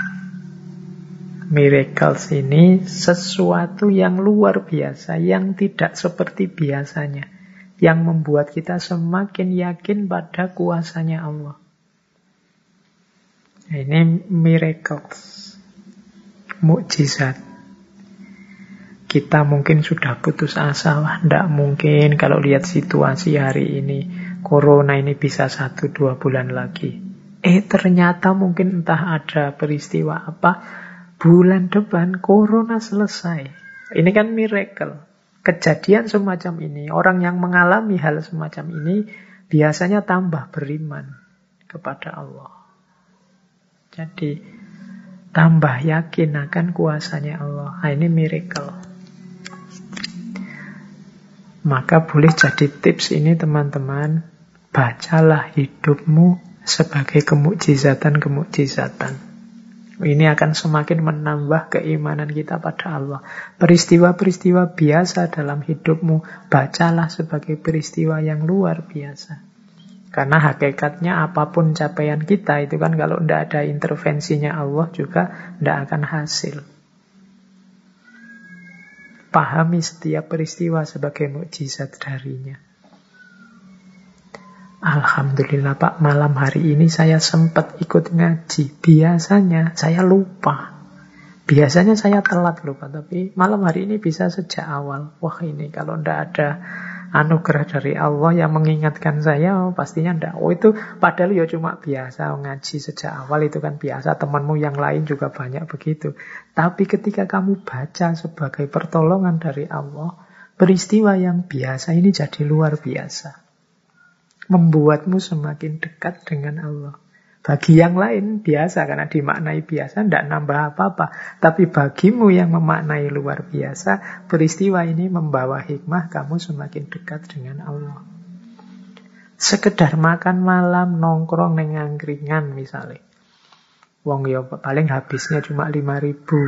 Miracles ini sesuatu yang luar biasa, yang tidak seperti biasanya, yang membuat kita semakin yakin pada kuasanya Allah. Ini miracles, mukjizat. Kita mungkin sudah putus asa, wah tidak mungkin kalau lihat situasi hari ini, corona ini bisa satu dua bulan lagi. Eh ternyata mungkin entah ada peristiwa apa, bulan depan corona selesai. Ini kan miracle. Kejadian semacam ini, orang yang mengalami hal semacam ini biasanya tambah beriman kepada Allah. Jadi tambah yakin akan kuasanya Allah. Nah, ini miracle. Maka boleh jadi tips ini teman-teman, bacalah hidupmu sebagai kemukjizatan-kemukjizatan. Ini akan semakin menambah keimanan kita pada Allah. Peristiwa-peristiwa biasa dalam hidupmu, bacalah sebagai peristiwa yang luar biasa. Karena hakikatnya apapun capaian kita itu kan kalau tidak ada intervensinya Allah juga tidak akan hasil. Pahami setiap peristiwa sebagai mukjizat darinya. Alhamdulillah Pak, malam hari ini saya sempat ikut ngaji. Biasanya saya lupa. Biasanya saya telat lupa, tapi malam hari ini bisa sejak awal. Wah ini kalau tidak ada anugerah dari Allah yang mengingatkan saya, oh, pastinya enggak. Oh itu padahal ya cuma biasa ngaji sejak awal, itu kan biasa. Temanmu yang lain juga banyak begitu. Tapi ketika kamu baca sebagai pertolongan dari Allah, peristiwa yang biasa ini jadi luar biasa. Membuatmu semakin dekat dengan Allah. Bagi yang lain biasa, karena dimaknai biasa, tidak nambah apa-apa. Tapi bagimu yang memaknai luar biasa, peristiwa ini membawa hikmah, kamu semakin dekat dengan Allah. Sekedar makan malam, nongkrong neng angkringan misalnya. Wong ya paling habisnya cuma lima ribu.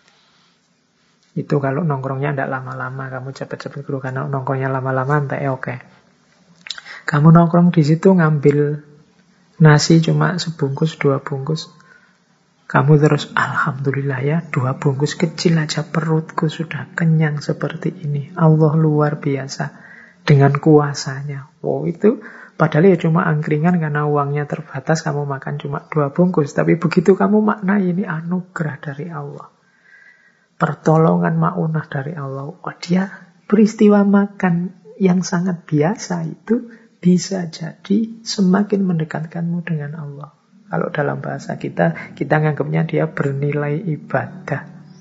Itu kalau nongkrongnya tidak lama-lama, kamu cepet-cepet guru, karena nongkrongnya lama-lama, entah oke. Kamu nongkrong di situ ngambil nasi cuma sebungkus, dua bungkus. Kamu terus, alhamdulillah ya, dua bungkus kecil aja perutku sudah kenyang seperti ini. Allah luar biasa dengan kuasanya. Wow, itu padahal ya cuma angkringan karena uangnya terbatas, kamu makan cuma dua bungkus. Tapi begitu kamu maknai, ini anugerah dari Allah. Pertolongan ma'unah dari Allah. Oh, dia peristiwa makan yang sangat biasa itu bisa jadi semakin mendekatkanmu dengan Allah. Kalau dalam bahasa kita, kita nganggapnya dia bernilai ibadah.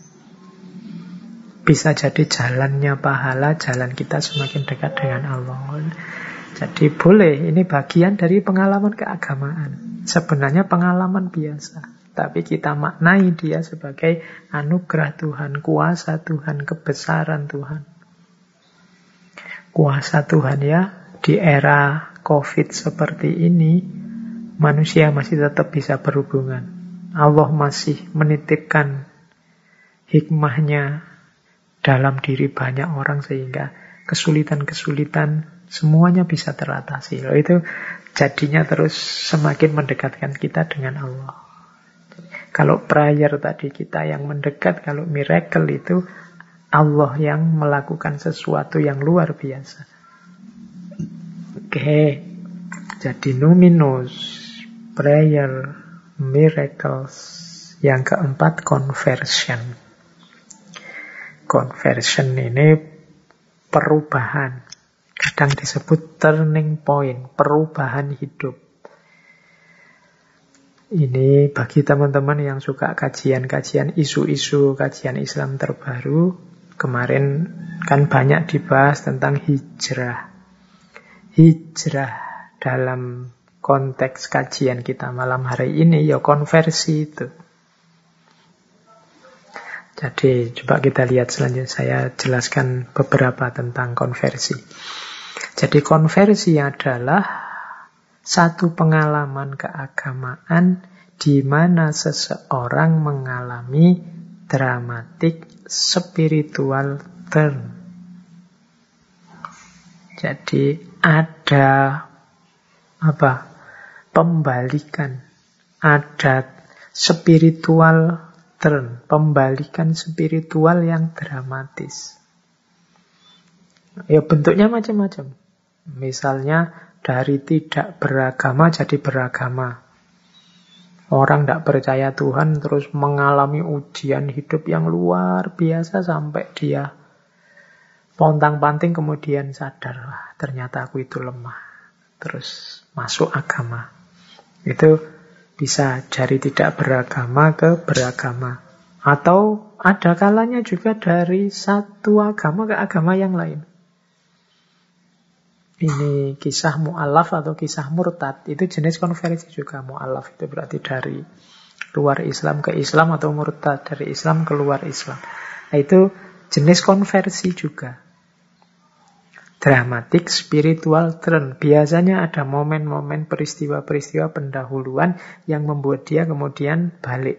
Bisa jadi jalannya pahala, jalan kita semakin dekat dengan Allah. Jadi boleh, ini bagian dari pengalaman keagamaan. Sebenarnya pengalaman biasa, tapi kita maknai dia sebagai anugerah Tuhan, kuasa Tuhan, kebesaran Tuhan. Kuasa Tuhan ya. Di era COVID seperti ini, manusia masih tetap bisa berhubungan. Allah masih menitipkan hikmahnya dalam diri banyak orang sehingga kesulitan-kesulitan semuanya bisa teratasi. Itu jadinya terus semakin mendekatkan kita dengan Allah. Kalau prayer tadi kita yang mendekat, kalau miracle itu Allah yang melakukan sesuatu yang luar biasa. Oke, jadi numinous, prayer, miracles. Yang keempat, conversion. Conversion ini perubahan. Kadang disebut turning point, perubahan hidup. Ini bagi teman-teman yang suka kajian-kajian isu-isu kajian Islam terbaru. Kemarin kan banyak dibahas tentang hijrah. Hijrah dalam konteks kajian kita malam hari ini ya konversi itu. Jadi coba kita lihat selanjutnya, saya jelaskan beberapa tentang konversi. Jadi konversi adalah satu pengalaman keagamaan di mana seseorang mengalami dramatic spiritual turn. Jadi ada apa? Pembalikan, ada spiritual turn, pembalikan spiritual yang dramatis. Ya bentuknya macam-macam. Misalnya dari tidak beragama jadi beragama. Orang tidak percaya Tuhan terus mengalami ujian hidup yang luar biasa sampai dia pontang-panting kemudian sadar, wah, ternyata aku itu lemah. Terus masuk agama. Itu bisa dari tidak beragama ke beragama. Atau ada kalanya juga dari satu agama ke agama yang lain. Ini kisah mu'alaf atau kisah murtad. Itu jenis konversi juga. Mu'alaf itu berarti dari luar Islam ke Islam, atau murtad dari Islam ke luar Islam. Nah, itu jenis konversi juga. Dramatic spiritual turn. Biasanya ada momen-momen peristiwa-peristiwa pendahuluan yang membuat dia kemudian balik.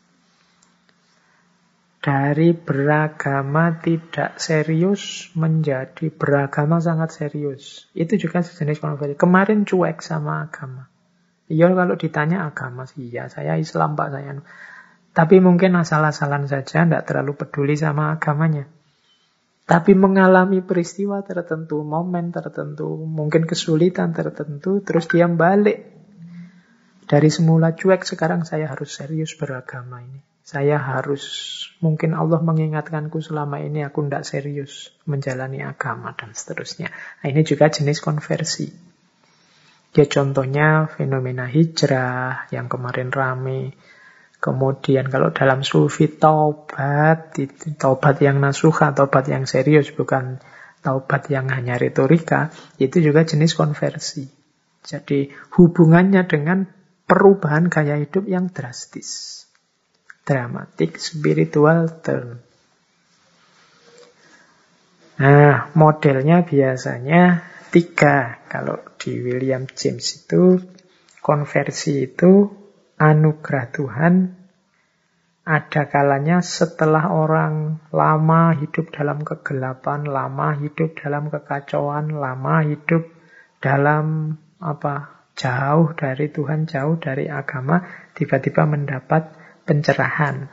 Dari beragama tidak serius menjadi beragama sangat serius. Itu juga sejenis konversi. Kemarin cuek sama agama. Iya kalau ditanya agama sih, ya saya Islam Pak, saya. Tapi mungkin asal-asalan saja, tidak terlalu peduli sama agamanya. Tapi mengalami peristiwa tertentu, momen tertentu, mungkin kesulitan tertentu, terus dia balik. Dari semula cuek, sekarang saya harus serius beragama ini. Saya harus, mungkin Allah mengingatkanku selama ini aku tidak serius menjalani agama dan seterusnya. Nah, ini juga jenis konversi. Ya contohnya fenomena hijrah yang kemarin rame. Kemudian kalau dalam sufi taubat, taubat yang nasuha, taubat yang serius, bukan taubat yang hanya retorika, itu juga jenis konversi. Jadi hubungannya dengan perubahan gaya hidup yang drastis. Dramatic spiritual turn. Nah, modelnya biasanya tiga. Kalau di William James itu, konversi itu anugerah Tuhan. Ada kalanya setelah orang lama hidup dalam kegelapan, lama hidup dalam kekacauan, lama hidup dalam apa jauh dari Tuhan, jauh dari agama, tiba-tiba mendapat pencerahan.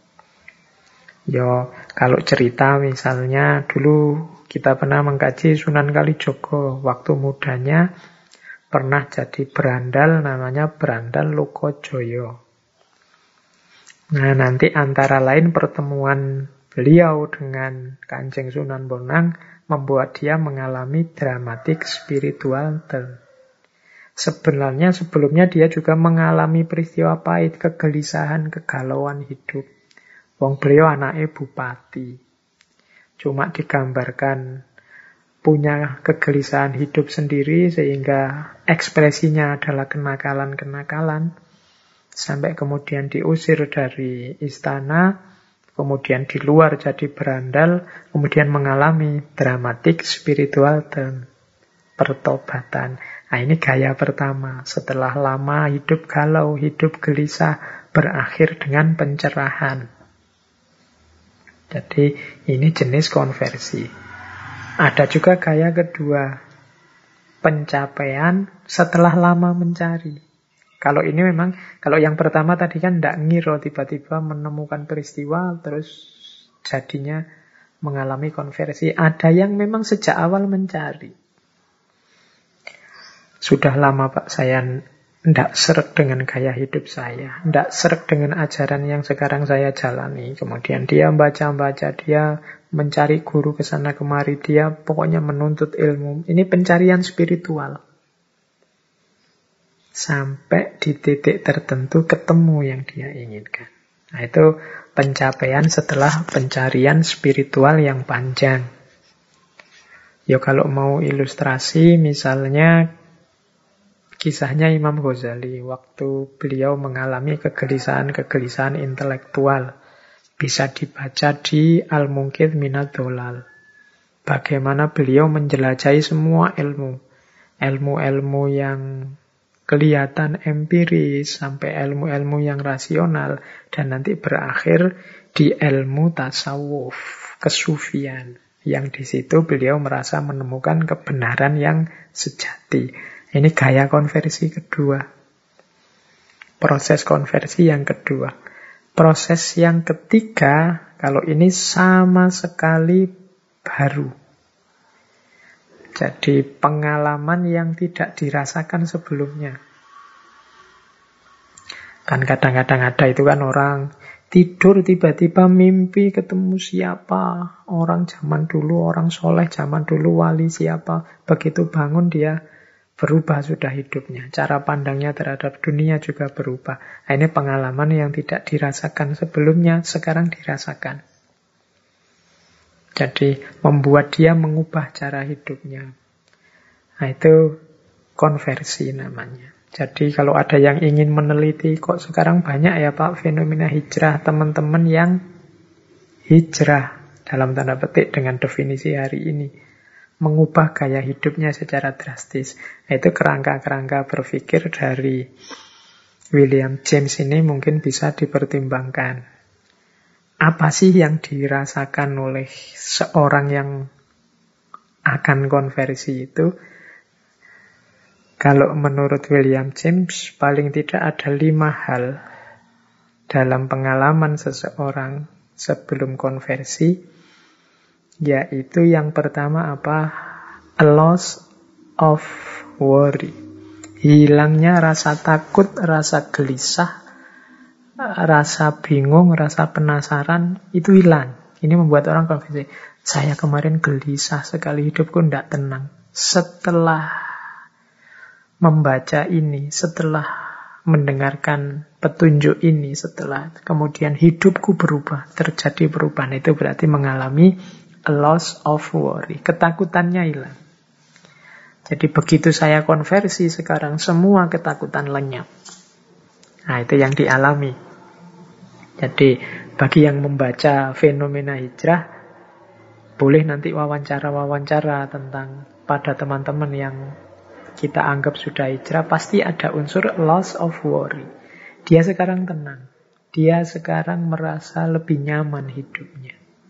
Yo, kalau cerita misalnya dulu kita pernah mengkaji Sunan Kalijogo, waktu mudanya pernah jadi berandal, namanya Berandal Lokojoyo. Nah, nanti antara lain pertemuan beliau dengan Kanjeng Sunan Bonang membuat dia mengalami dramatic spiritual turn. Sebenarnya sebelumnya dia juga mengalami peristiwa pahit, kegelisahan, kegalauan hidup. Wong beliau anaknya bupati. Cuma digambarkan punya kegelisahan hidup sendiri sehingga ekspresinya adalah kenakalan-kenakalan. Sampai kemudian diusir dari istana, kemudian di luar jadi berandal, kemudian mengalami dramatic spiritual turn, pertobatan. Nah, ini gaya pertama. Setelah lama hidup galau, hidup gelisah, berakhir dengan pencerahan. Jadi ini jenis konversi. Ada juga gaya kedua, pencapaian setelah lama mencari. Kalau ini memang, kalau yang pertama tadi kan tidak ngiro, tiba-tiba menemukan peristiwa, terus jadinya mengalami konversi. Ada yang memang sejak awal mencari. Sudah lama Pak, saya tidak seret dengan gaya hidup saya. Tidak seret dengan ajaran yang sekarang saya jalani. Kemudian dia baca-baca, dia mencari guru ke sana kemari. Dia pokoknya menuntut ilmu. Ini pencarian spiritual. Sampai di titik tertentu ketemu yang dia inginkan. Nah, itu pencapaian setelah pencarian spiritual yang panjang. Ya kalau mau ilustrasi, misalnya kisahnya Imam Ghazali waktu beliau mengalami kegelisahan-kegelisahan intelektual. Bisa dibaca di Al-Munqidh Minad Dhalal. Bagaimana beliau menjelajahi semua ilmu. Ilmu-ilmu yang kelihatan empiris sampai ilmu-ilmu yang rasional dan nanti berakhir di ilmu tasawuf, kesufian, yang di situ beliau merasa menemukan kebenaran yang sejati. Ini gaya konversi kedua. Proses konversi yang kedua. Proses yang ketiga, kalau ini sama sekali baru. Jadi pengalaman yang tidak dirasakan sebelumnya. Kan kadang-kadang ada itu kan orang tidur tiba-tiba mimpi ketemu siapa. Orang zaman dulu, orang soleh zaman dulu, wali siapa. Begitu bangun dia berubah sudah hidupnya. Cara pandangnya terhadap dunia juga berubah. Nah, ini pengalaman yang tidak dirasakan sebelumnya, sekarang dirasakan. Jadi membuat dia mengubah cara hidupnya. Nah itu konversi namanya. Jadi kalau ada yang ingin meneliti, kok sekarang banyak ya Pak fenomena hijrah, teman-teman yang hijrah dalam tanda petik dengan definisi hari ini. Mengubah gaya hidupnya secara drastis. Nah, itu kerangka-kerangka berpikir dari William James ini mungkin bisa dipertimbangkan. Apa sih yang dirasakan oleh seorang yang akan konversi itu? Kalau menurut William James, paling tidak ada lima hal dalam pengalaman seseorang sebelum konversi, yaitu yang pertama apa? A loss of worry. Hilangnya rasa takut, rasa gelisah, rasa bingung, rasa penasaran, itu hilang. Ini membuat orang konversi. Saya kemarin gelisah sekali, hidupku tidak tenang. Setelah membaca ini, setelah mendengarkan petunjuk ini, setelah kemudian hidupku berubah, terjadi perubahan, itu berarti mengalami a loss of worry. Ketakutannya hilang. Jadi begitu saya konversi sekarang, semua ketakutan lenyap. Nah, itu yang dialami. Jadi bagi yang membaca fenomena hijrah, boleh nanti wawancara-wawancara tentang pada teman-teman yang kita anggap sudah hijrah, pasti ada unsur loss of worry. Dia sekarang tenang. Dia sekarang merasa lebih nyaman hidupnya.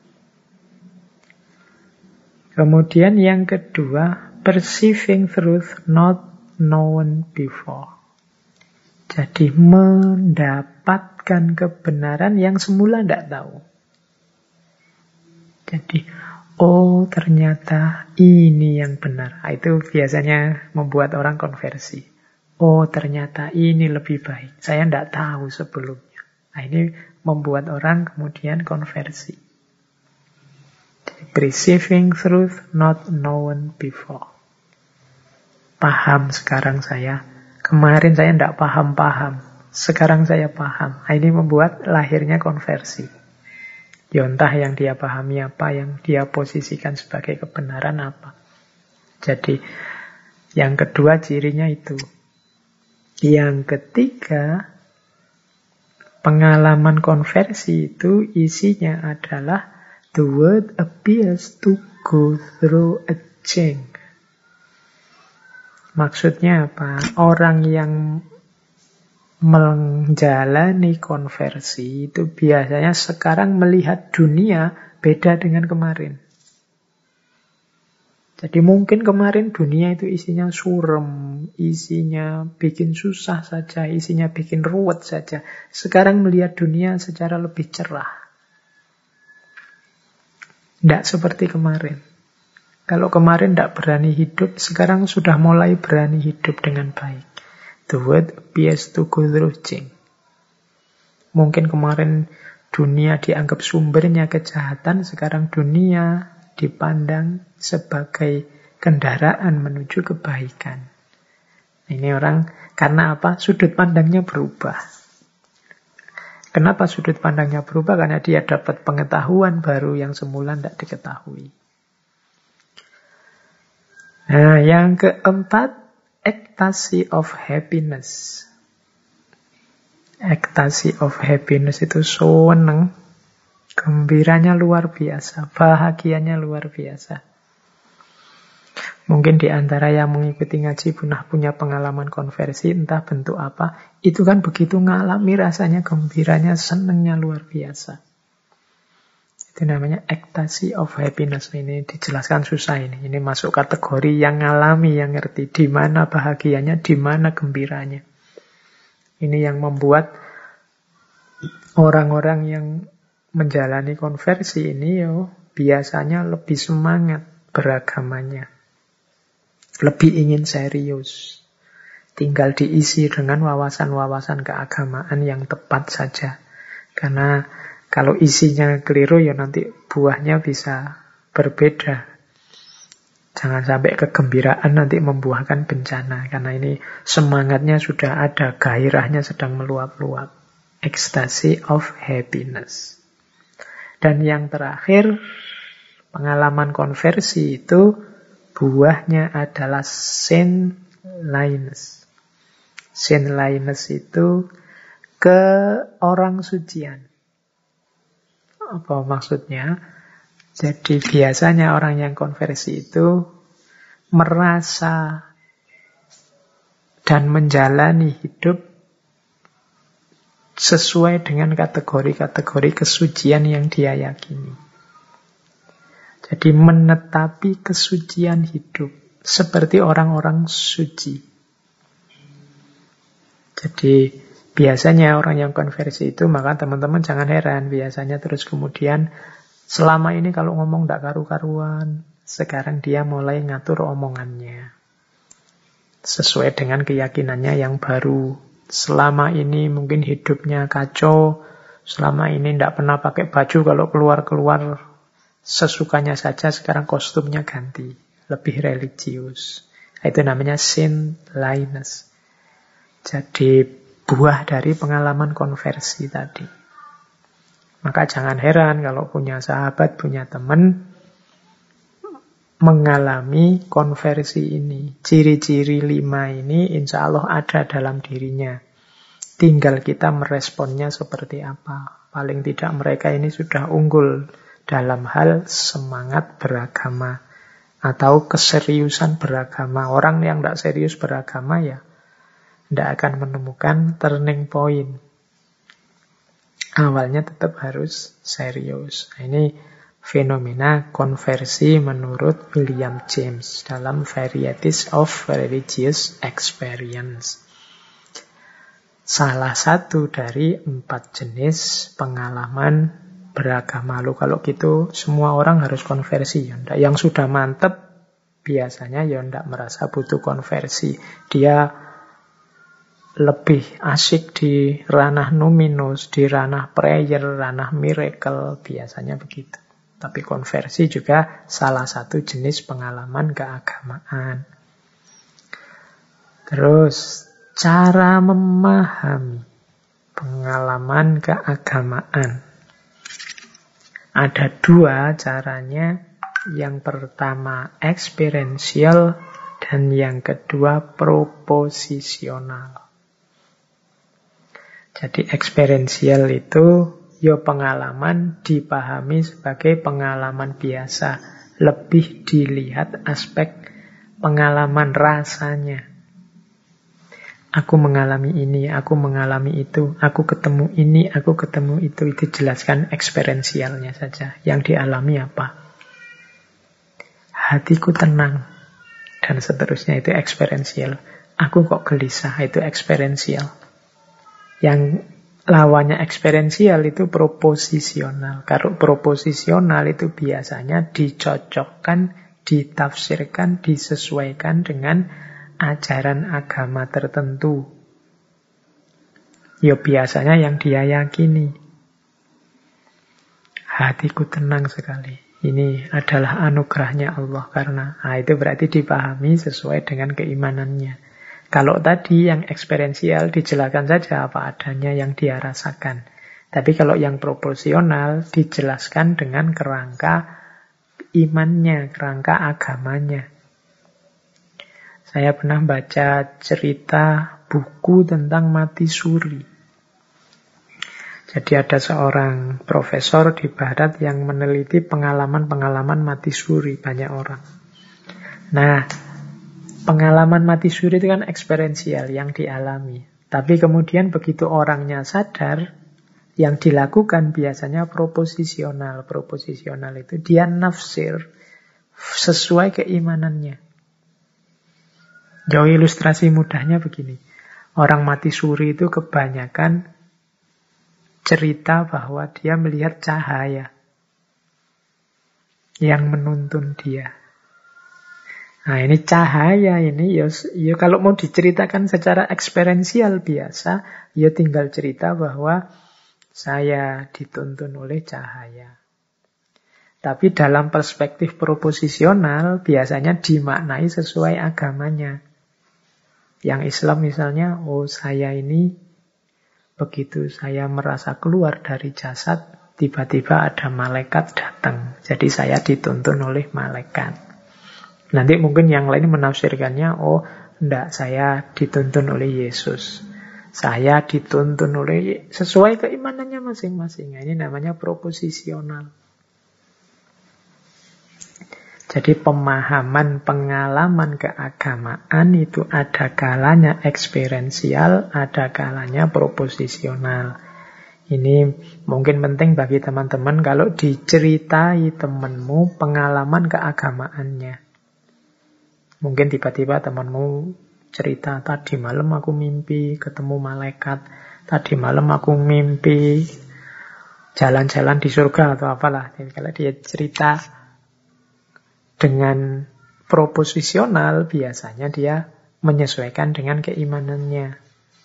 Kemudian yang kedua, perceiving truth not known before. Jadi mendapatkan kebenaran yang semula tidak tahu. Jadi, oh ternyata ini yang benar. Itu biasanya membuat orang konversi. Oh ternyata ini lebih baik. Saya tidak tahu sebelumnya. Nah ini membuat orang kemudian konversi. Jadi, perceiving truth not known before. Paham sekarang saya. Kemarin saya tidak paham-paham. Sekarang saya paham. Nah, ini membuat lahirnya konversi. Ya entah yang dia pahami apa, yang dia posisikan sebagai kebenaran apa. Jadi yang kedua cirinya itu. Yang ketiga, pengalaman konversi itu isinya adalah the world appears to go through a change. Maksudnya apa? Orang yang menjalani konversi itu biasanya sekarang melihat dunia beda dengan kemarin. Jadi mungkin kemarin dunia itu isinya surem, isinya bikin susah saja, isinya bikin ruwet saja. Sekarang melihat dunia secara lebih cerah. Tidak seperti kemarin. Kalau kemarin tidak berani hidup, sekarang sudah mulai berani hidup dengan baik. The world appears to go through change. Mungkin kemarin dunia dianggap sumbernya kejahatan, sekarang dunia dipandang sebagai kendaraan menuju kebaikan. Ini orang, karena apa? Sudut pandangnya berubah. Kenapa sudut pandangnya berubah? Karena dia dapat pengetahuan baru yang semula tidak diketahui. Nah, yang keempat, ecstasy of happiness. Ecstasy of happiness itu seneng, gembiranya luar biasa, bahagianya luar biasa. Mungkin di antara yang mengikuti ngaji pernah punya pengalaman konversi, entah bentuk apa, itu kan begitu ngalami rasanya gembiranya, senengnya luar biasa. Itu namanya ecstasy of happiness. Ini dijelaskan susah ini. Ini masuk kategori yang ngalami, yang ngerti di mana bahagianya, di mana gembiranya. Ini yang membuat orang-orang yang menjalani konversi ini yo biasanya lebih semangat beragamanya. Lebih ingin serius. Tinggal diisi dengan wawasan-wawasan keagamaan yang tepat saja. Karena kalau isinya keliru ya nanti buahnya bisa berbeda. Jangan sampai kegembiraan nanti membuahkan bencana. Karena ini semangatnya sudah ada, gairahnya sedang meluap-luap. Ecstasy of happiness. Dan yang terakhir, pengalaman konversi itu buahnya adalah saintliness. Saintliness itu ke orang sucian. Apa maksudnya? Jadi biasanya orang yang konversi itu merasa dan menjalani hidup sesuai dengan kategori-kategori kesucian yang dia yakini. Jadi menetapi kesucian hidup seperti orang-orang suci. Jadi biasanya orang yang konversi itu, maka teman-teman jangan heran, biasanya terus kemudian selama ini kalau ngomong tidak karu-karuan, sekarang dia mulai ngatur omongannya. Sesuai dengan keyakinannya yang baru. Selama ini mungkin hidupnya kacau, selama ini tidak pernah pakai baju, kalau keluar-keluar sesukanya saja, sekarang kostumnya ganti. Lebih religius. Itu namanya saintliness. Jadi buah dari pengalaman konversi tadi. Maka jangan heran kalau punya sahabat, punya teman mengalami konversi ini. Ciri-ciri lima ini insya Allah ada dalam dirinya. Tinggal kita meresponnya seperti apa. Paling tidak mereka ini sudah unggul dalam hal semangat beragama atau keseriusan beragama. Orang yang tidak serius beragama ya tidak akan menemukan turning point. Awalnya tetap harus serius. Nah, ini fenomena konversi menurut William James dalam Varieties of Religious Experience. Salah satu dari empat jenis pengalaman beragama. Lalu kalau gitu semua orang harus konversi. Ya, yang sudah mantep biasanya ya tidak merasa butuh konversi. Dia lebih asik di ranah numinus, di ranah prayer, ranah miracle, biasanya begitu. Tapi konversi juga salah satu jenis pengalaman keagamaan. Terus, cara memahami pengalaman keagamaan. Ada dua caranya. Yang pertama experiential dan yang kedua proposisional. Jadi experiential itu ya pengalaman dipahami sebagai pengalaman biasa. Lebih dilihat aspek pengalaman rasanya. Aku mengalami ini, aku mengalami itu, aku ketemu ini, aku ketemu itu. Itu jelaskan experientialnya saja. Yang dialami apa? Hatiku tenang. Dan seterusnya itu experiential. Aku kok gelisah, itu experiential. Yang lawannya eksperiensial itu proposisional. Kalau proposisional itu biasanya dicocokkan, ditafsirkan, disesuaikan dengan ajaran agama tertentu. Ya biasanya yang dia yakini. Hatiku tenang sekali. Ini adalah anugerahnya Allah karena nah, itu berarti dipahami sesuai dengan keimanannya. Kalau tadi yang eksperiensial dijelaskan saja apa adanya yang dia rasakan. Tapi kalau yang proporsional dijelaskan dengan kerangka imannya, kerangka agamanya. Saya pernah baca cerita buku tentang mati suri. Jadi ada seorang profesor di barat yang meneliti pengalaman-pengalaman mati suri banyak orang. Nah, pengalaman mati suri itu kan eksperiensial yang dialami. Tapi kemudian begitu orangnya sadar, yang dilakukan biasanya proposisional. Proposisional itu dia nafsir sesuai keimanannya. Jauh ilustrasi mudahnya begini. Orang mati suri itu kebanyakan cerita bahwa dia melihat cahaya yang menuntun dia. Nah ini cahaya ini ya, ya kalau mau diceritakan secara eksperiensial biasa, ya tinggal cerita bahwa saya dituntun oleh cahaya. Tapi dalam perspektif proposisional biasanya dimaknai sesuai agamanya. Yang Islam misalnya, oh saya ini begitu saya merasa keluar dari jasad, tiba-tiba ada malaikat datang. Jadi saya dituntun oleh malaikat. Nanti mungkin yang lain menafsirkannya, oh enggak, saya dituntun oleh Yesus. Saya dituntun oleh sesuai keimanannya masing-masing. Ini namanya proposisional. Jadi pemahaman, pengalaman keagamaan itu ada kalanya eksperiensial, ada kalanya proposisional. Ini mungkin penting bagi teman-teman kalau diceritai temanmu pengalaman keagamaannya. Mungkin tiba-tiba temanmu cerita, tadi malam aku mimpi ketemu malaikat, tadi malam aku mimpi jalan-jalan di surga atau apalah. Jadi kalau dia cerita dengan proposisional, biasanya dia menyesuaikan dengan keimanannya.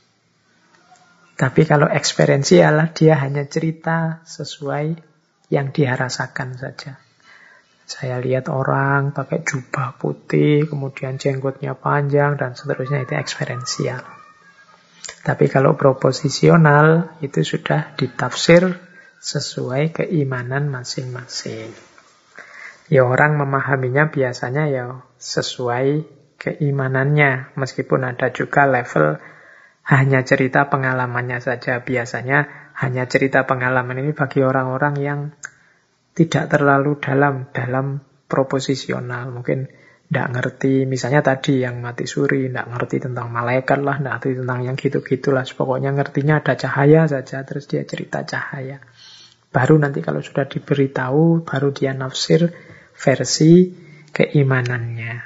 Tapi kalau eksperiensial, dia hanya cerita sesuai yang dia rasakan saja. Saya lihat orang pakai jubah putih, kemudian jenggotnya panjang, dan seterusnya, itu eksperiensial. Tapi kalau proposisional, itu sudah ditafsir sesuai keimanan masing-masing. Ya orang memahaminya biasanya ya sesuai keimanannya. Meskipun ada juga level hanya cerita pengalamannya saja. Biasanya hanya cerita pengalaman ini bagi orang-orang yang tidak terlalu dalam dalam proposisional. Mungkin tidak ngerti, misalnya tadi yang mati suri, tidak ngerti tentang malaikat lah, tidak ngerti tentang yang gitu-gitulah. Pokoknya ngertinya ada cahaya saja, terus dia cerita cahaya. Baru nanti kalau sudah diberitahu, baru dia nafsir versi keimanannya.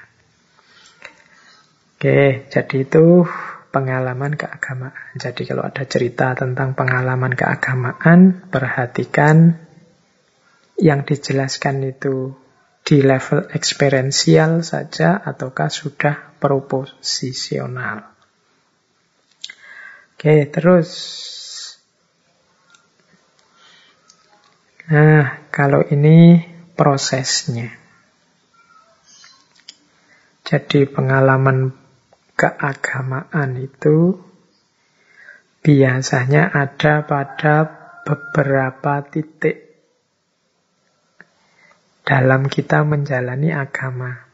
Oke, jadi itu pengalaman keagamaan. Jadi kalau ada cerita tentang pengalaman keagamaan, perhatikan yang dijelaskan itu di level eksperiensial saja ataukah sudah proposisional. Oke, terus. Nah, kalau ini prosesnya. Jadi pengalaman keagamaan itu biasanya ada pada beberapa titik dalam kita menjalani agama.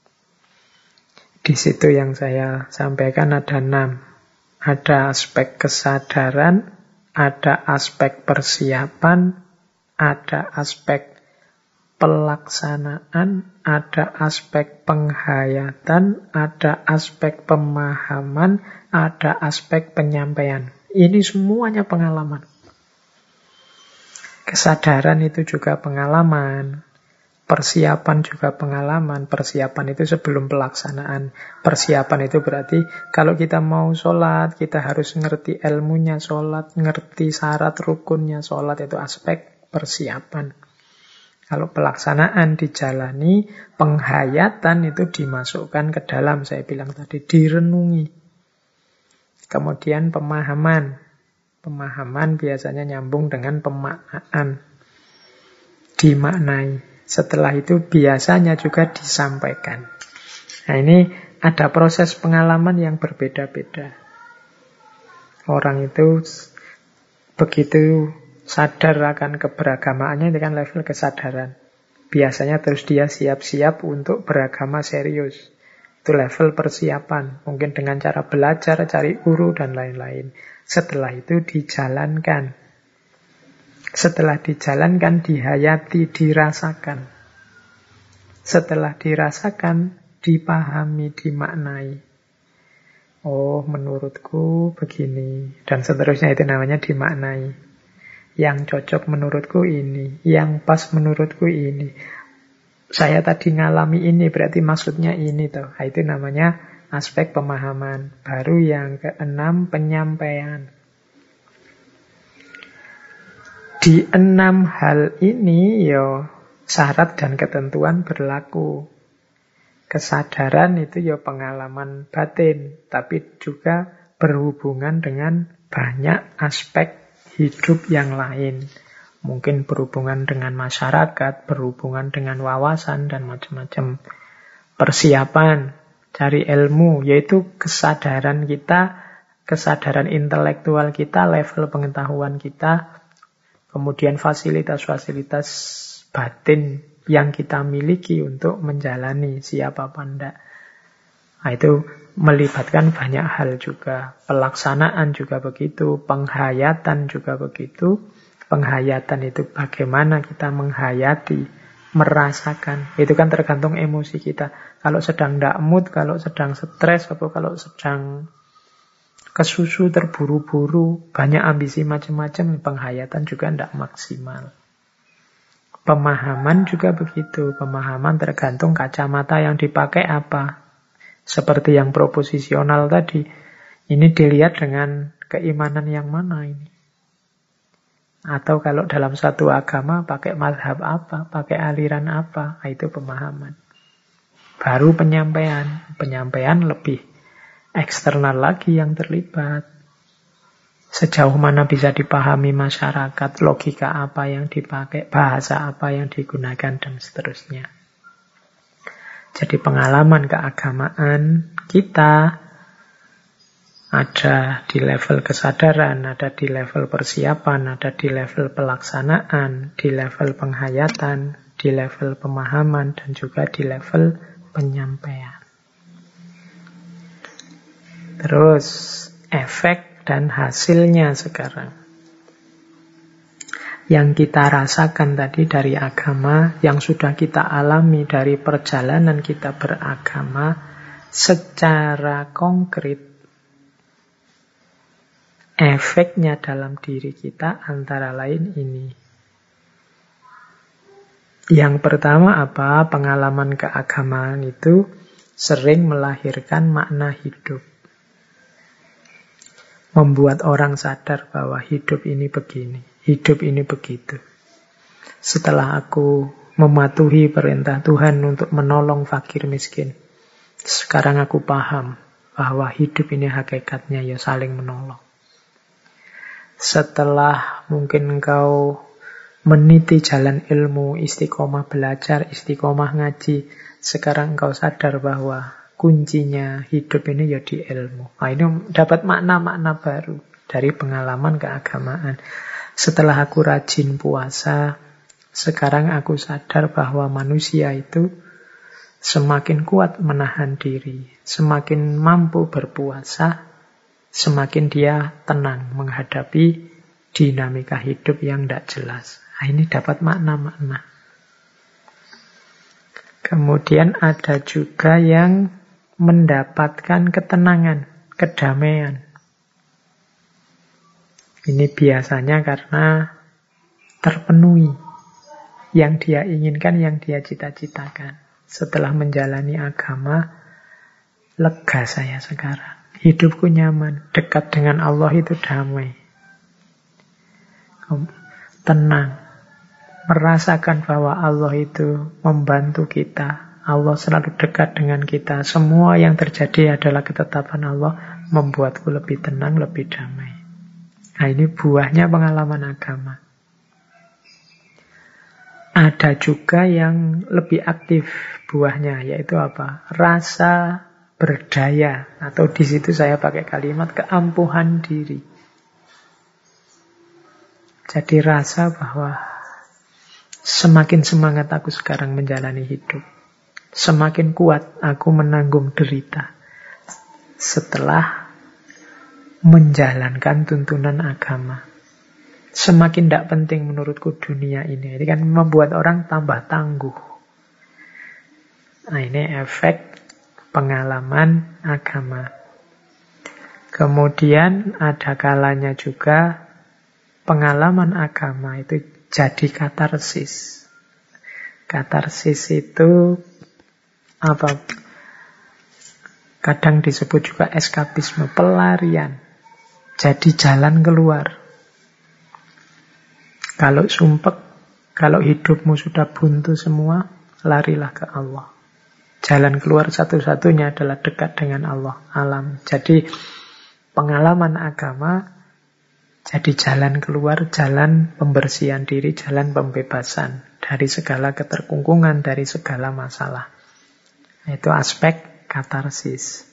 Di situ yang saya sampaikan ada enam. Ada aspek kesadaran, ada aspek persiapan, ada aspek pelaksanaan, ada aspek penghayatan, ada aspek pemahaman, ada aspek penyampaian. Ini semuanya pengalaman. Kesadaran itu juga pengalaman. Persiapan juga pengalaman. Persiapan itu sebelum pelaksanaan. Persiapan itu berarti kalau kita mau sholat, kita harus ngerti ilmunya sholat, ngerti syarat rukunnya sholat, itu aspek persiapan. Kalau pelaksanaan dijalani, penghayatan itu dimasukkan ke dalam, saya bilang tadi, direnungi. Kemudian pemahaman. Pemahaman biasanya nyambung dengan pemaknaan. Dimaknai. Setelah itu biasanya juga disampaikan. Nah, ini ada proses pengalaman yang berbeda-beda. Orang itu begitu sadar akan keberagamaannya, itu kan level kesadaran. Biasanya terus dia siap-siap untuk beragama serius. Itu level persiapan. Mungkin dengan cara belajar, cari guru, dan lain-lain. Setelah itu dijalankan. Setelah dijalankan, dihayati, dirasakan. Setelah dirasakan, dipahami, dimaknai. Oh, menurutku begini. Dan seterusnya, itu namanya dimaknai. Yang cocok menurutku ini. Yang pas menurutku ini. Saya tadi ngalami ini, berarti maksudnya ini toh. Nah, itu namanya aspek pemahaman. Baru yang keenam, penyampaian. Di enam hal ini, yo, syarat dan ketentuan berlaku. Kesadaran itu ya pengalaman batin, tapi juga berhubungan dengan banyak aspek hidup yang lain. Mungkin berhubungan dengan masyarakat, berhubungan dengan wawasan, dan macam-macam. Persiapan, cari ilmu, yaitu kesadaran kita, kesadaran intelektual kita, level pengetahuan kita, kemudian fasilitas-fasilitas batin yang kita miliki untuk menjalani siapa panda. Nah, itu melibatkan banyak hal juga. Pelaksanaan juga begitu, penghayatan juga begitu. Penghayatan itu bagaimana kita menghayati, merasakan. Itu kan tergantung emosi kita. Kalau sedang tidak mood, kalau sedang stres, atau kalau sedang kesusu, terburu-buru, banyak ambisi macam-macam, penghayatan juga tidak maksimal. Pemahaman juga begitu. Pemahaman tergantung kacamata yang dipakai apa. Seperti yang proposisional tadi. Ini dilihat dengan keimanan yang mana ini. Atau kalau dalam satu agama pakai mazhab apa, pakai aliran apa, nah, itu pemahaman. Baru penyampaian. Penyampaian lebih eksternal lagi yang terlibat. Sejauh mana bisa dipahami masyarakat, logika apa yang dipakai, bahasa apa yang digunakan, dan seterusnya. Jadi pengalaman keagamaan kita ada di level kesadaran, ada di level persiapan, ada di level pelaksanaan, di level penghayatan, di level pemahaman, dan juga di level penyampaian. Terus efek dan hasilnya sekarang. Yang kita rasakan tadi dari agama, yang sudah kita alami dari perjalanan kita beragama, secara konkret, efeknya dalam diri kita antara lain ini. Yang pertama apa? Pengalaman keagamaan itu sering melahirkan makna hidup. Membuat orang sadar bahwa hidup ini begini, hidup ini begitu. Setelah aku mematuhi perintah Tuhan untuk menolong fakir miskin, sekarang aku paham bahwa hidup ini hakikatnya ya saling menolong. Setelah mungkin engkau meniti jalan ilmu, istiqomah belajar, istiqomah ngaji, sekarang engkau sadar bahwa kuncinya hidup ini ya di ilmu. Nah, ini dapat makna-makna baru dari pengalaman keagamaan. Setelah aku rajin puasa, sekarang aku sadar bahwa manusia itu semakin kuat menahan diri, semakin mampu berpuasa, semakin dia tenang menghadapi dinamika hidup yang tidak jelas. Nah, ini dapat makna-makna. Kemudian ada juga yang mendapatkan ketenangan, kedamaian. Ini biasanya karena terpenuhi yang dia inginkan, yang dia cita-citakan. Setelah menjalani agama, lega saya sekarang. Hidupku nyaman, dekat dengan Allah itu damai. Tenang. Merasakan bahwa Allah itu membantu kita. Allah selalu dekat dengan kita. Semua yang terjadi adalah ketetapan Allah, membuatku lebih tenang, lebih damai. Nah, ini buahnya pengalaman agama. Ada juga yang lebih aktif buahnya, yaitu apa? Rasa berdaya. Atau di situ saya pakai kalimat keampuhan diri. Jadi rasa bahwa semakin semangat aku sekarang menjalani hidup. Semakin kuat aku menanggung derita. Setelah menjalankan tuntunan agama. Semakin tidak penting menurutku dunia ini. Ini kan membuat orang tambah tangguh. Nah, ini efek pengalaman agama. Kemudian ada kalanya juga pengalaman agama itu jadi katarsis. Katarsis itu apa? Kadang disebut juga eskapisme, pelarian. Jadi jalan keluar. Kalau sumpek, kalau hidupmu sudah buntu semua, larilah ke Allah. Jalan keluar satu-satunya adalah dekat dengan Allah, alam. Jadi pengalaman agama jadi jalan keluar, jalan pembersihan diri, jalan pembebasan dari segala keterkungkungan, dari segala masalah. Itu aspek katarsis.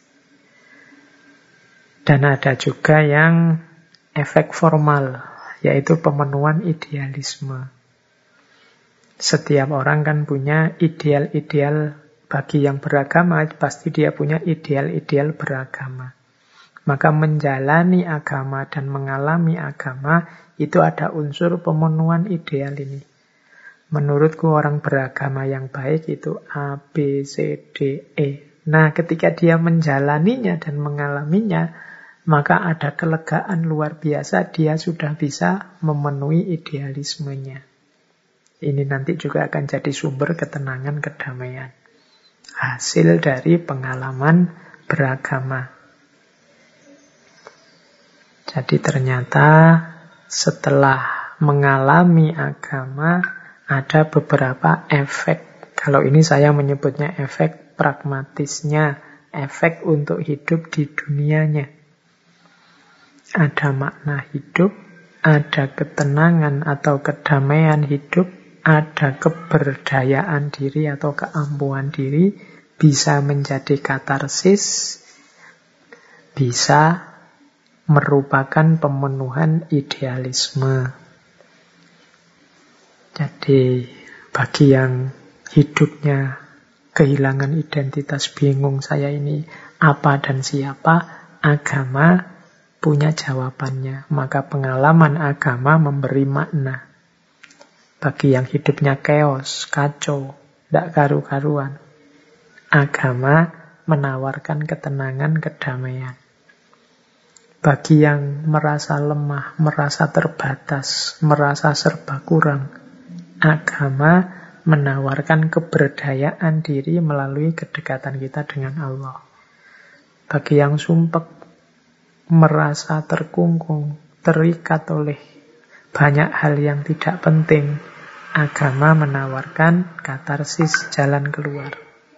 Dan ada juga yang efek formal, yaitu pemenuhan idealisme. Setiap orang kan punya ideal-ideal, bagi yang beragama, pasti dia punya ideal-ideal beragama. Maka menjalani agama dan mengalami agama itu ada unsur pemenuhan ideal ini. Menurutku orang beragama yang baik itu A, B, C, D, E. Nah, ketika dia menjalaninya dan mengalaminya, maka ada kelegaan luar biasa, dia sudah bisa memenuhi idealismenya. Ini nanti juga akan jadi sumber ketenangan, kedamaian. Hasil dari pengalaman beragama. Jadi ternyata setelah mengalami agama ada beberapa efek. Kalau ini saya menyebutnya efek pragmatisnya, efek untuk hidup di dunianya. Ada makna hidup, ada ketenangan atau kedamaian hidup, ada keberdayaan diri atau keampuhan diri, bisa menjadi katarsis, bisa merupakan pemenuhan idealisme. Jadi bagi yang hidupnya kehilangan identitas, bingung saya ini apa dan siapa, agama punya jawabannya. Maka pengalaman agama memberi makna. Bagi yang hidupnya chaos, kacau, tidak karu-karuan, agama menawarkan ketenangan, kedamaian. Bagi yang merasa lemah, merasa terbatas, merasa serba kurang, agama menawarkan keberdayaan diri melalui kedekatan kita dengan Allah. Bagi yang sumpek, merasa terkungkung, terikat oleh banyak hal yang tidak penting, agama menawarkan katarsis, jalan keluar.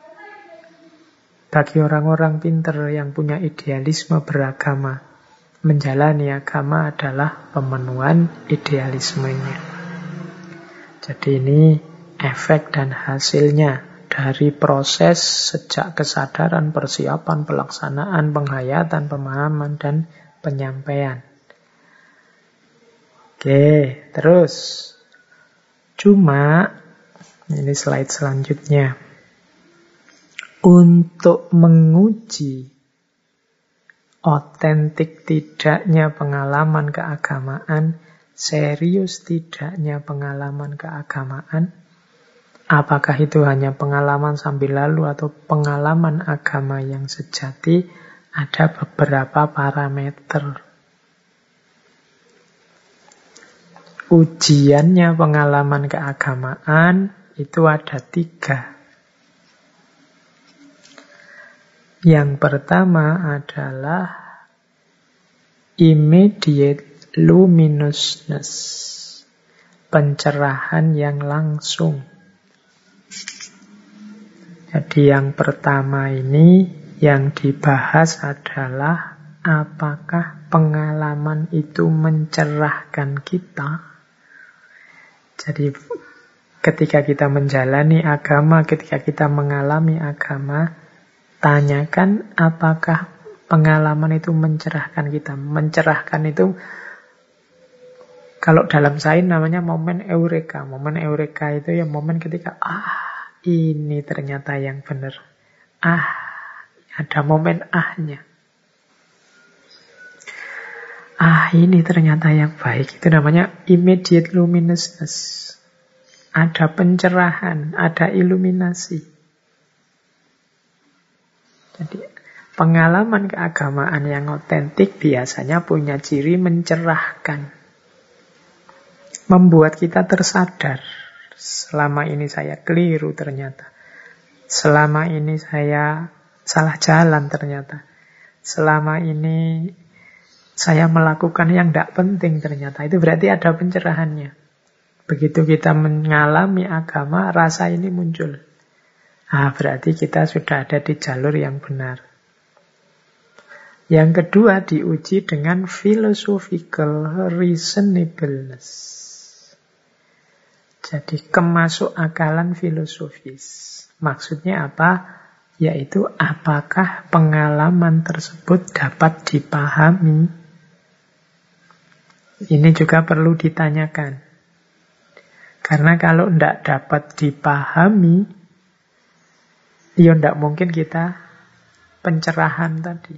Bagi orang-orang pintar yang punya idealisme beragama, menjalani agama adalah pemenuhan idealismenya. Jadi ini efek dan hasilnya dari proses sejak kesadaran, persiapan, pelaksanaan, penghayatan, pemahaman, dan penyampaian. Oke, terus. Cuma, ini slide selanjutnya. Untuk menguji otentik tidaknya pengalaman keagamaan, serius tidaknya pengalaman keagamaan, apakah itu hanya pengalaman sambil lalu atau pengalaman agama yang sejati, ada beberapa parameter. ujiannya pengalaman keagamaan itu ada tiga. Yang pertama adalah immediate luminousness, pencerahan yang langsung. Jadi yang pertama ini yang dibahas adalah apakah pengalaman itu mencerahkan kita. Jadi ketika kita menjalani agama, ketika kita mengalami agama, tanyakan apakah pengalaman itu mencerahkan kita. Mencerahkan itu kalau dalam sains namanya momen eureka. Momen eureka itu ya momen ketika ah ini ternyata yang benar. Ah, ada momen ahnya. Ah, ini ternyata yang baik. Itu namanya immediate luminousness. Ada pencerahan, ada iluminasi. Jadi, pengalaman keagamaan yang otentik biasanya punya ciri mencerahkan. Membuat kita tersadar. Selama ini saya keliru ternyata. Selama ini saya salah jalan ternyata. Selama ini saya melakukan yang tidak penting ternyata. Itu berarti ada pencerahannya. Begitu kita mengalami agama, rasa ini muncul. Ah, berarti kita sudah ada di jalur yang benar. Yang kedua diuji dengan philosophical reasonableness. Jadi kemasuk akalan filosofis. Maksudnya apa? Yaitu apakah pengalaman tersebut dapat dipahami? Ini juga perlu ditanyakan. Karena kalau tidak dapat dipahami, ya tidak mungkin kita pencerahan tadi.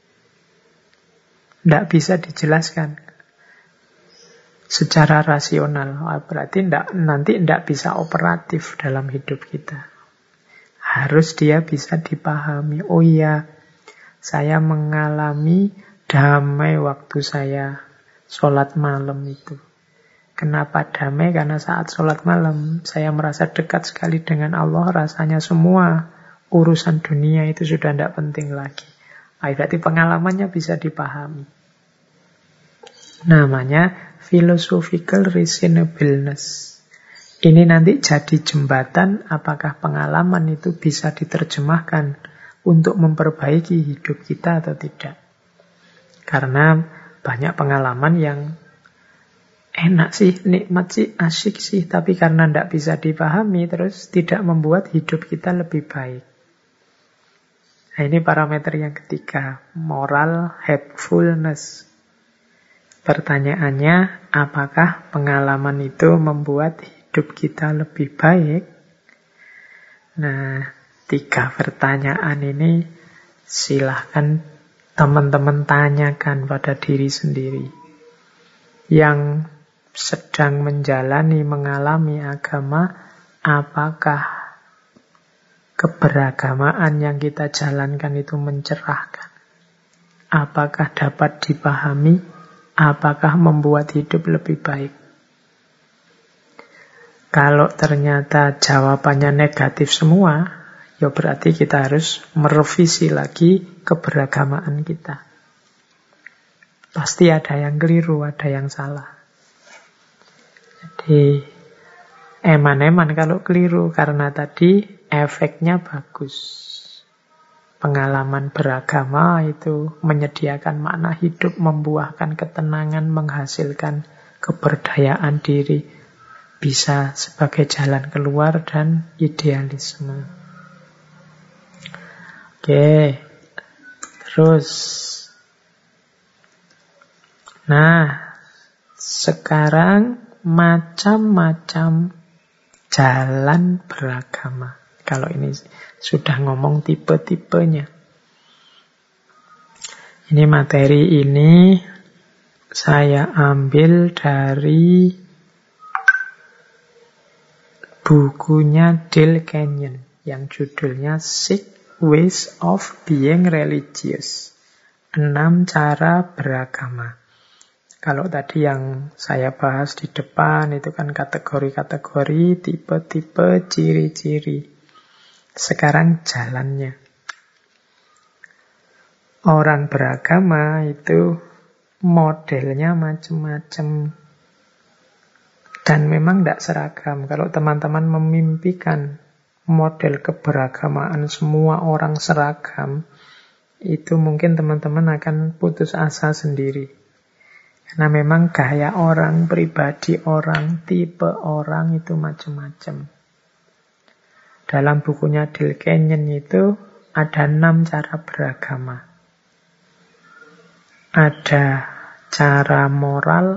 Tidak bisa dijelaskan secara rasional. Berarti enggak, nanti tidak bisa operatif dalam hidup kita. Harus dia bisa dipahami. Oh iya, saya mengalami damai waktu saya sholat malam itu. Kenapa damai? Karena saat sholat malam saya merasa dekat sekali dengan Allah. Rasanya semua urusan dunia itu sudah tidak penting lagi. Nah, berarti pengalamannya bisa dipahami. Namanya philosophical reasonableness. Ini nanti jadi jembatan apakah pengalaman itu bisa diterjemahkan untuk memperbaiki hidup kita atau tidak. Karena banyak pengalaman yang enak sih, nikmat sih, asyik sih, tapi karena tidak bisa dipahami terus tidak membuat hidup kita lebih baik. Nah, ini parameter yang ketiga, moral helpfulness. Pertanyaannya, apakah pengalaman itu membuat hidup kita lebih baik? Nah, tiga pertanyaan ini silahkan teman-teman tanyakan pada diri sendiri. Yang sedang menjalani, mengalami agama, apakah keberagamaan yang kita jalankan itu mencerahkan? Apakah dapat dipahami? Apakah membuat hidup lebih baik? Kalau ternyata jawabannya negatif semua, ya berarti kita harus merevisi lagi keberagamaan kita. Pasti ada yang keliru, ada yang salah. Jadi, eman-eman kalau keliru, karena tadi efeknya bagus. Pengalaman beragama itu menyediakan makna hidup, membuahkan ketenangan, menghasilkan keberdayaan diri, bisa sebagai jalan keluar dan idealisme. Oke, terus. Nah, sekarang macam-macam jalan beragama. Kalau ini sudah ngomong tipe-tipenya. Ini materi ini saya ambil dari bukunya Dale Kenyon yang judulnya Six Ways of Being Religious. Enam cara beragama. Kalau tadi yang saya bahas di depan itu kan kategori-kategori, tipe-tipe, ciri-ciri. Sekarang jalannya. Orang beragama itu modelnya macam-macam. Dan memang tidak seragam. Kalau teman-teman memimpikan model keberagamaan semua orang seragam, itu mungkin teman-teman akan putus asa sendiri. Karena memang gaya orang, pribadi orang, tipe orang itu macam-macam. Dalam bukunya Dale Kenyon itu ada enam cara beragama. Ada cara moral,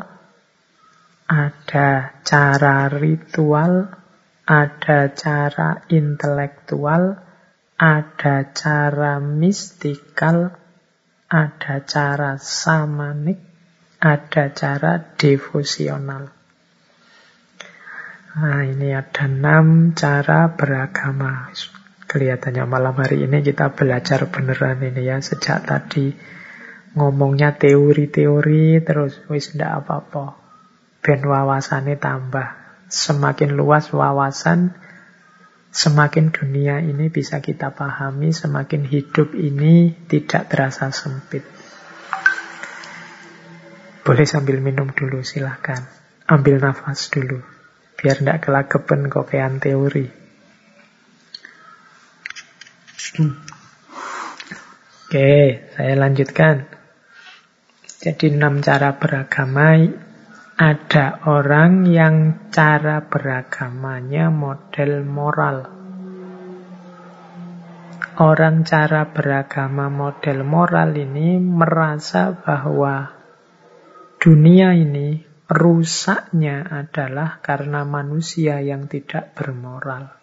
ada cara ritual, ada cara intelektual, ada cara mistikal, ada cara samanik, ada cara devosional. Nah, ini ada enam cara beragama. Kelihatannya malam hari ini kita belajar beneran ini ya. Sejak tadi ngomongnya teori-teori terus wis ndak apa-apa. Ben wawasannya tambah. Semakin luas wawasan, semakin dunia ini bisa kita pahami, semakin hidup ini tidak terasa sempit. Boleh sambil minum dulu, silahkan. Ambil nafas dulu. Biar tidak kelagepen kokean teori. Hmm. Oke, saya lanjutkan. Jadi enam cara beragama. Ada orang yang cara beragamanya model moral. Orang cara beragama model moral ini merasa bahwa dunia ini rusaknya adalah karena manusia yang tidak bermoral.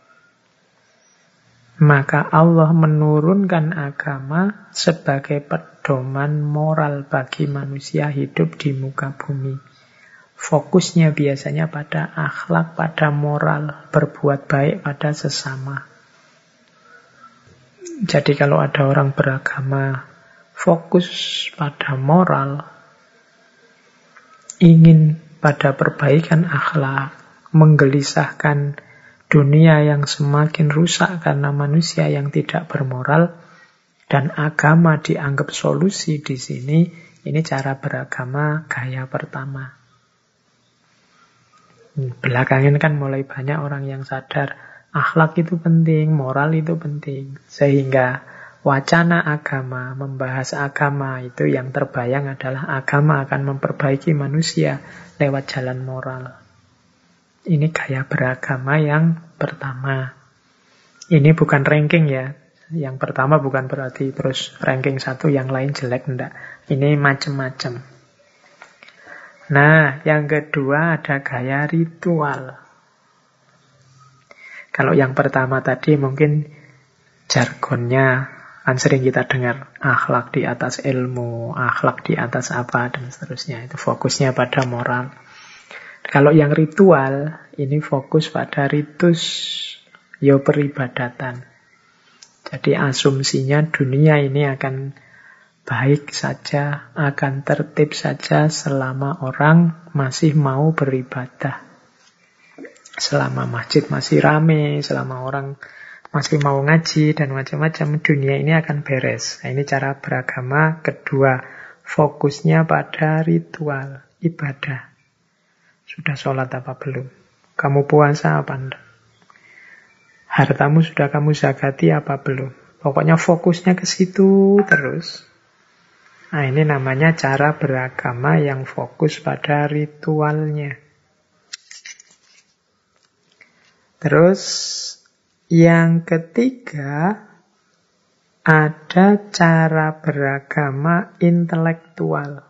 Maka Allah menurunkan agama sebagai pedoman moral bagi manusia hidup di muka bumi. Fokusnya biasanya pada akhlak, pada moral, berbuat baik pada sesama. Jadi kalau ada orang beragama fokus pada moral, ingin pada perbaikan akhlak, menggelisahkan dunia yang semakin rusak karena manusia yang tidak bermoral, dan agama dianggap solusi di sini, ini cara beragama gaya pertama. Belakangan kan mulai banyak orang yang sadar, akhlak itu penting, moral itu penting, sehingga wacana agama, membahas agama itu yang terbayang adalah agama akan memperbaiki manusia lewat jalan moral. Ini gaya beragama yang pertama. Ini bukan ranking ya. Yang pertama bukan berarti terus ranking satu yang lain jelek, enggak. Ini macam-macam. Nah, yang kedua ada gaya ritual. Kalau yang pertama tadi mungkin jargonnya kan sering kita dengar, akhlak di atas ilmu, akhlak di atas apa, dan seterusnya. Itu fokusnya pada moral. Kalau yang ritual, ini fokus pada ritus, ya peribadatan. Jadi asumsinya dunia ini akan baik saja, akan tertib saja selama orang masih mau beribadah. Selama masjid masih rame, selama orang masih mau ngaji dan macam-macam, dunia ini akan beres. Nah, ini cara beragama kedua. Fokusnya pada ritual, ibadah. Sudah sholat apa belum? Kamu puasa apa enggak? Hartamu sudah kamu zakati apa belum? Pokoknya fokusnya ke situ terus. Nah, ini namanya cara beragama yang fokus pada ritualnya. Terus yang ketiga, ada cara beragama intelektual.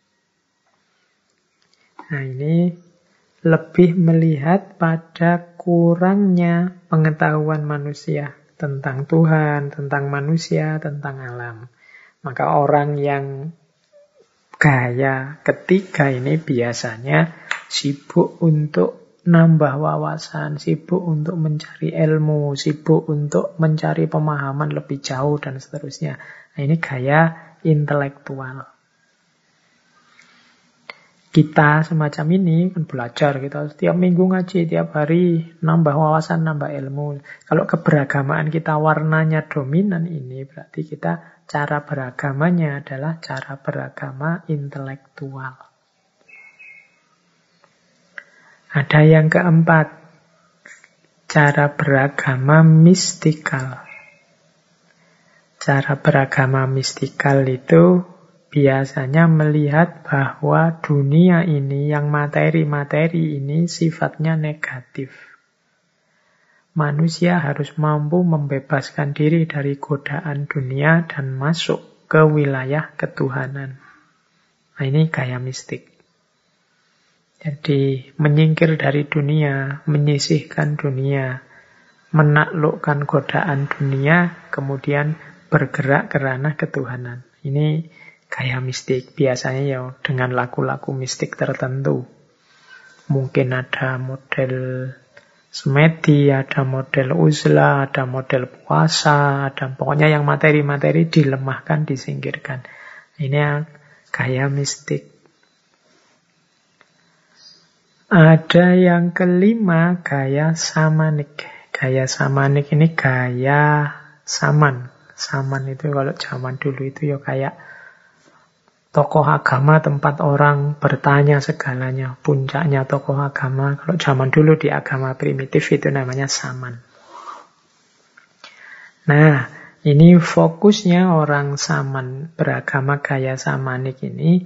Nah, ini lebih melihat pada kurangnya pengetahuan manusia tentang Tuhan, tentang manusia, tentang alam. Maka orang yang gaya ketiga ini biasanya sibuk untuk nambah wawasan, sibuk untuk mencari ilmu, sibuk untuk mencari pemahaman lebih jauh, dan seterusnya. Nah, ini gaya intelektual. kita semacam ini kan belajar, kita setiap minggu ngaji, tiap hari nambah wawasan, nambah ilmu. Kalau keberagamaan kita warnanya dominan ini, berarti kita cara beragamanya adalah cara beragama intelektual. Ada yang keempat, cara beragama mistikal. Cara beragama mistikal itu biasanya melihat bahwa dunia ini, yang materi-materi ini sifatnya negatif. Manusia harus mampu membebaskan diri dari godaan dunia dan masuk ke wilayah ketuhanan. Nah, ini gaya mistik. Jadi menyingkir dari dunia, menyisihkan dunia, menaklukkan godaan dunia, kemudian bergerak ke ranah ketuhanan. Ini gaya mistik, biasanya ya dengan laku-laku mistik tertentu. Mungkin ada model semedi, ada model uzlah, ada model puasa, ada pokoknya yang materi-materi dilemahkan, disingkirkan. Ini gaya mistik. Ada yang kelima, gaya samanik. Gaya samanik ini gaya saman. Saman itu kalau zaman dulu itu ya kayak tokoh agama tempat orang bertanya segalanya. Puncaknya tokoh agama. Kalau zaman dulu di agama primitif itu namanya saman. Nah, ini fokusnya orang saman beragama gaya samanik ini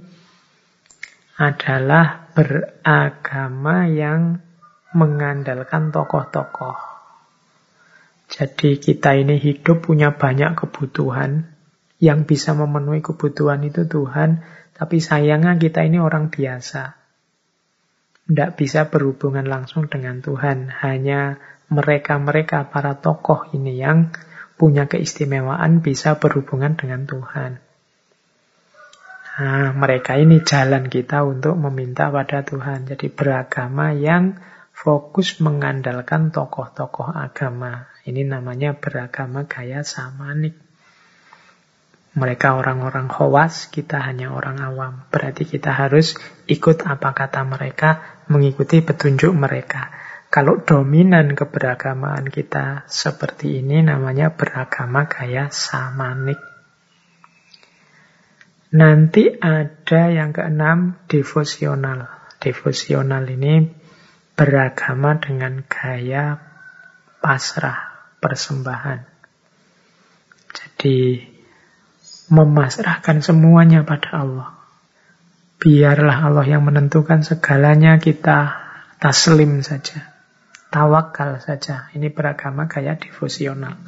adalah beragama yang mengandalkan tokoh-tokoh. Jadi kita ini hidup punya banyak kebutuhan. Yang bisa memenuhi kebutuhan itu Tuhan, tapi sayangnya kita ini orang biasa. Tidak bisa berhubungan langsung dengan Tuhan. Hanya mereka-mereka, para tokoh ini yang punya keistimewaan bisa berhubungan dengan Tuhan. Nah, mereka ini jalan kita untuk meminta pada Tuhan. Jadi beragama yang fokus mengandalkan tokoh-tokoh agama. Ini namanya beragama gaya samanik. Mereka orang-orang khawas, kita hanya orang awam. Berarti kita harus ikut apa kata mereka, mengikuti petunjuk mereka. Kalau dominan keberagamaan kita seperti ini, namanya beragama gaya samanik. Nanti ada yang keenam, devosional. Devosional ini beragama dengan gaya pasrah, persembahan. Jadi memasrahkan semuanya pada Allah. Biarlah Allah yang menentukan segalanya, kita taslim saja. Tawakal saja. Ini beragama gaya devosional.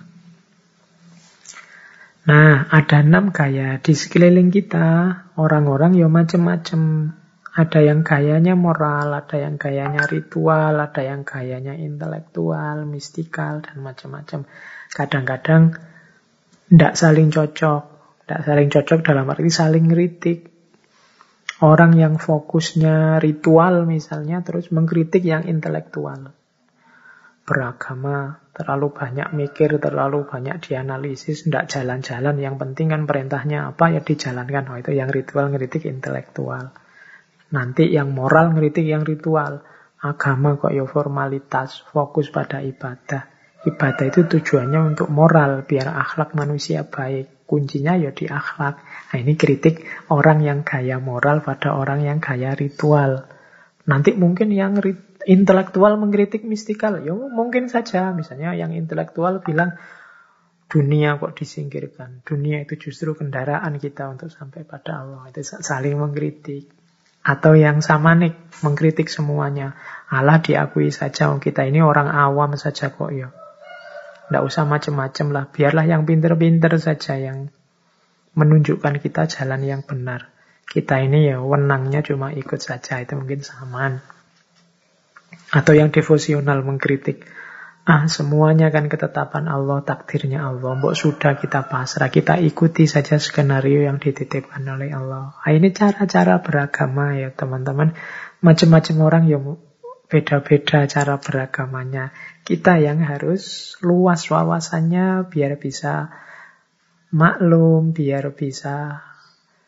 Nah, ada enam gaya di sekeliling kita. Orang-orang ya macam-macam. Ada yang gayanya moral, ada yang gayanya ritual, ada yang gayanya intelektual, mistikal, dan macam-macam. Kadang-kadang tidak saling cocok. Tidak saling cocok dalam arti saling kritik. Orang yang fokusnya ritual misalnya, terus mengkritik yang intelektual. Beragama, terlalu banyak mikir, terlalu banyak dianalisis, tidak jalan-jalan. Yang penting kan perintahnya apa, ya dijalankan. Oh, itu yang ritual ngeritik intelektual. Nanti yang moral ngeritik yang ritual. Agama kok ya formalitas, fokus pada ibadah. Ibadah itu tujuannya untuk moral, biar akhlak manusia baik. Kuncinya ya di akhlak. Nah, ini kritik orang yang gaya moral pada orang yang gaya ritual. Nanti mungkin yang intelektual mengkritik mistikal. Ya mungkin saja. Misalnya yang intelektual bilang, dunia kok disingkirkan. Dunia itu justru kendaraan kita untuk sampai pada Allah. Itu saling mengkritik. Atau yang samanik, mengkritik semuanya. Allah diakui saja, kita ini orang awam saja kok ya. Tidak usah macam-macam lah. Biarlah yang pinter-pinter saja yang menunjukkan kita jalan yang benar. Kita ini ya wenangnya cuma ikut saja. Itu mungkin samaan. Atau yang devosional mengkritik. Ah, semuanya kan ketetapan Allah, takdirnya Allah. Mbok sudah kita pasrah, kita ikuti saja skenario yang dititipkan oleh Allah. Ah, ini cara-cara beragama ya teman-teman. Macam-macam orang yang beda-beda cara beragamanya. Kita yang harus luas wawasannya biar bisa maklum, biar bisa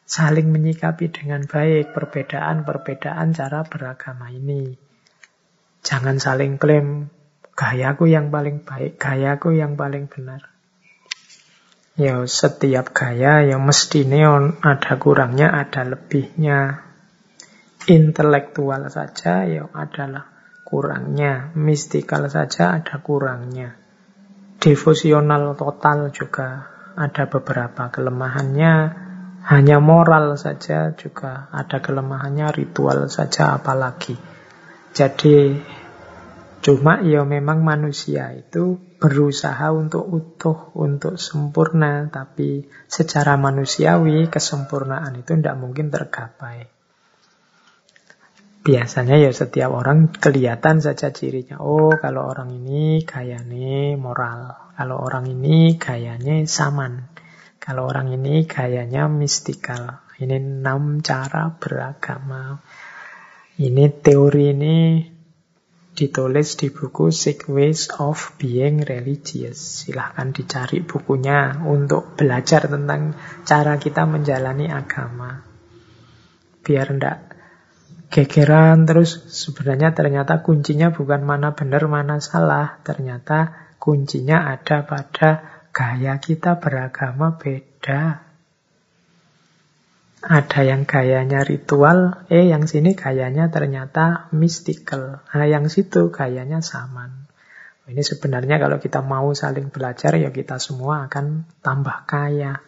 saling menyikapi dengan baik perbedaan-perbedaan cara beragama ini. Jangan saling klaim, gayaku yang paling baik, gayaku yang paling benar. Ya, setiap gaya ya mestinya ada kurangnya, ada lebihnya. Intelektual saja ya adalah kurangnya, mistikal saja ada kurangnya. Devosional total juga ada beberapa kelemahannya, hanya moral saja juga ada kelemahannya, ritual saja apalagi. Jadi cuma ya memang manusia itu berusaha untuk utuh, untuk sempurna, tapi secara manusiawi kesempurnaan itu tidak mungkin tergapai. Biasanya ya setiap orang kelihatan saja cirinya. Oh, kalau orang ini gayanya moral, kalau orang ini gayanya saman, kalau orang ini gayanya mistikal. Ini enam cara beragama. Ini teori ini ditulis di buku Six Ways of Being Religious. Silahkan dicari bukunya untuk belajar tentang cara kita menjalani agama. Biar ndak gegeran terus sebenarnya ternyata kuncinya bukan mana benar, mana salah. Ternyata kuncinya ada pada gaya kita beragama beda. Ada yang gayanya ritual, eh yang sini gayanya ternyata mystical. Nah yang situ gayanya saman. Ini sebenarnya kalau kita mau saling belajar ya kita semua akan tambah kaya.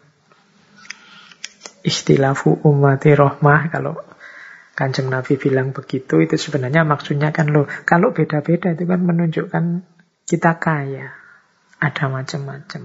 Ikhtilafu ummati rahmah, kalau Kanjeng Nabi bilang begitu, itu sebenarnya maksudnya kan loh, kalau beda-beda itu kan menunjukkan kita kaya. Ada macam-macam.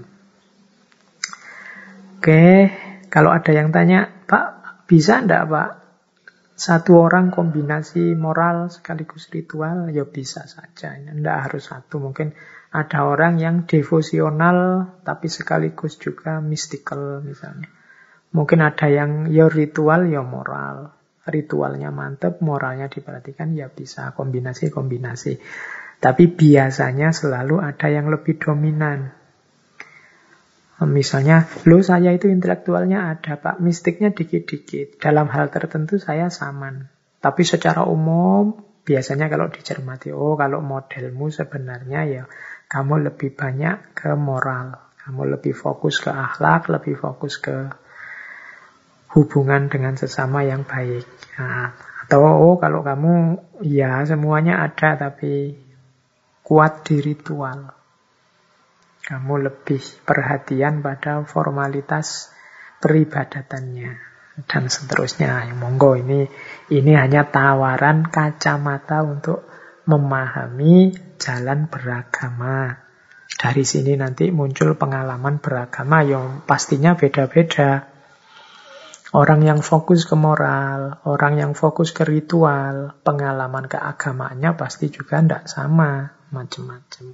Oke, kalau ada yang tanya, Pak, bisa enggak Pak? Satu orang kombinasi moral sekaligus ritual, ya bisa saja. Enggak harus satu. Mungkin ada orang yang devosional tapi sekaligus juga mystical misalnya. Mungkin ada yang ya ritual ya moral. Ritualnya mantap, moralnya diperhatikan, ya bisa kombinasi-kombinasi. Tapi biasanya selalu ada yang lebih dominan. Misalnya, lo saya itu intelektualnya ada Pak, mistiknya dikit-dikit. Dalam hal tertentu saya saman. Tapi secara umum, biasanya kalau dicermati, oh kalau modelmu sebenarnya ya kamu lebih banyak ke moral. Kamu lebih fokus ke akhlak, lebih fokus ke hubungan dengan sesama yang baik. Nah, atau oh kalau kamu ya semuanya ada tapi kuat di ritual. Kamu lebih perhatian pada formalitas peribadatannya dan seterusnya. Ya, monggo ini ini hanya tawaran kacamata untuk memahami jalan beragama. Dari sini nanti muncul pengalaman beragama yang pastinya beda-beda. Orang yang fokus ke moral, orang yang fokus ke ritual, pengalaman keagamaannya pasti juga tidak sama, macam-macam.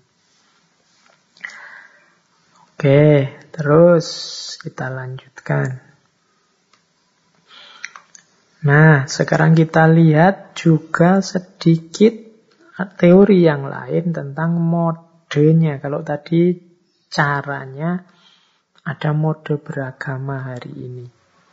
Oke, terus kita lanjutkan. Nah, sekarang kita lihat juga sedikit teori yang lain tentang modenya. Kalau tadi caranya, ada mode beragama hari ini.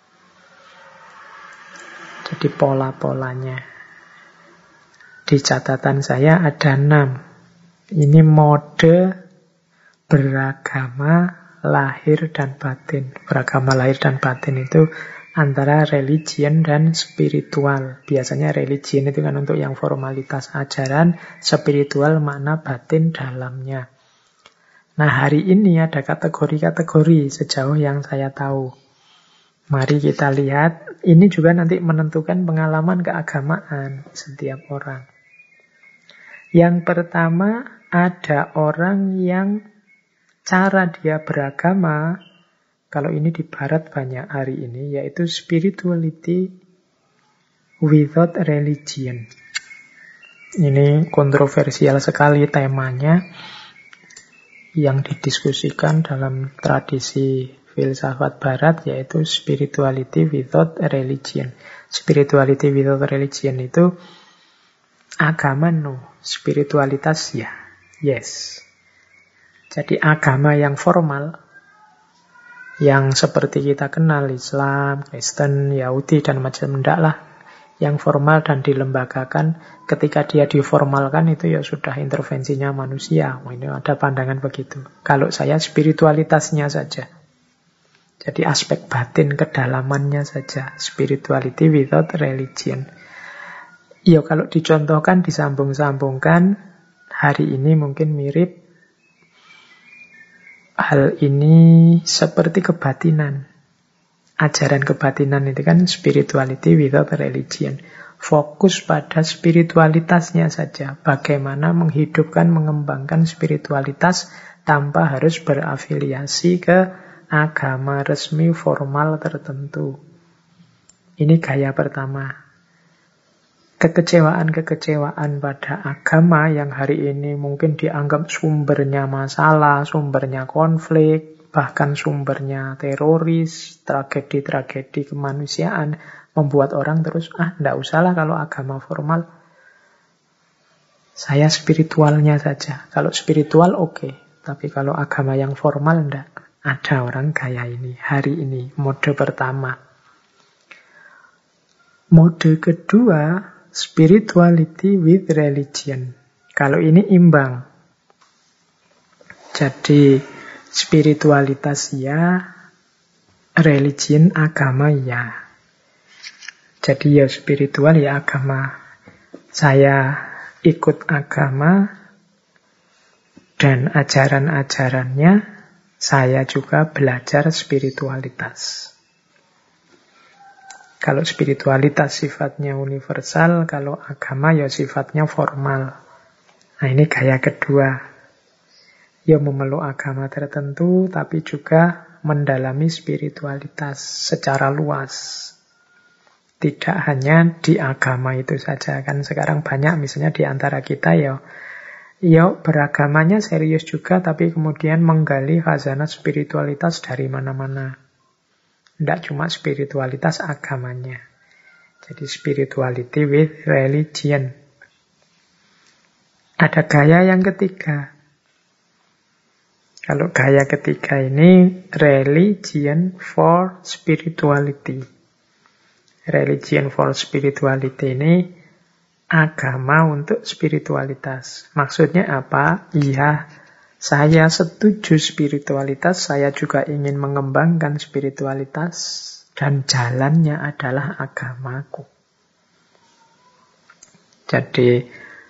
Jadi pola-polanya. Di catatan saya ada enam. Ini mode beragama lahir dan batin. Beragama lahir dan batin itu antara religion dan spiritual. Biasanya religion itu kan untuk yang formalitas ajaran, spiritual makna batin dalamnya. Nah, hari ini ada kategori-kategori sejauh yang saya tahu. Mari kita lihat, ini juga nanti menentukan pengalaman keagamaan setiap orang. Yang pertama, ada orang yang cara dia beragama, kalau ini di barat banyak hari ini, yaitu spirituality without religion. Ini kontroversial sekali temanya, yang didiskusikan dalam tradisi filsafat barat, yaitu spirituality without religion. Spirituality without religion itu agama no, spiritualitas ya, yes. Jadi agama yang formal, yang seperti kita kenal, Islam, Kristen, Yahudi, dan macam enggak lah. Yang formal dan dilembagakan, ketika dia diformalkan itu ya sudah intervensinya manusia. Ini ada pandangan begitu. Kalau saya spiritualitasnya saja. Jadi aspek batin kedalamannya saja. Spirituality without religion. Ya kalau dicontohkan, disambung-sambungkan, hari ini mungkin mirip. Hal ini seperti kebatinan. Ajaran kebatinan itu kan spirituality without religion. Fokus pada spiritualitasnya saja. Bagaimana menghidupkan, mengembangkan spiritualitas tanpa harus berafiliasi ke agama resmi formal tertentu. Ini gaya pertama. Kekecewaan-kekecewaan pada agama yang hari ini mungkin dianggap sumbernya masalah, sumbernya konflik, bahkan sumbernya teroris, tragedi-tragedi kemanusiaan, membuat orang terus, ah, enggak usahlah kalau agama formal. Saya spiritualnya saja. Kalau spiritual oke, okay. Tapi kalau agama yang formal enggak. Ada orang gaya ini, hari ini, mode pertama. Mode kedua, spirituality with religion. Kalau ini imbang. Jadi spiritualitas ya, religion agama ya. Jadi ya spiritual ya agama. Saya ikut agama dan ajaran-ajarannya, saya juga belajar spiritualitas. Kalau spiritualitas sifatnya universal, kalau agama ya sifatnya formal. Nah ini gaya kedua. Ya memeluk agama tertentu, tapi juga mendalami spiritualitas secara luas. Tidak hanya di agama itu saja. Kan sekarang banyak misalnya di antara kita ya, ya beragamanya serius juga, tapi kemudian menggali khazanah spiritualitas dari mana-mana. Tidak cuma spiritualitas agamanya. Jadi spirituality with religion. Ada gaya yang ketiga. Kalau gaya ketiga ini religion for spirituality. Religion for spirituality ini agama untuk spiritualitas. Maksudnya apa? Iya, saya setuju spiritualitas, saya juga ingin mengembangkan spiritualitas, dan jalannya adalah agamaku. Jadi,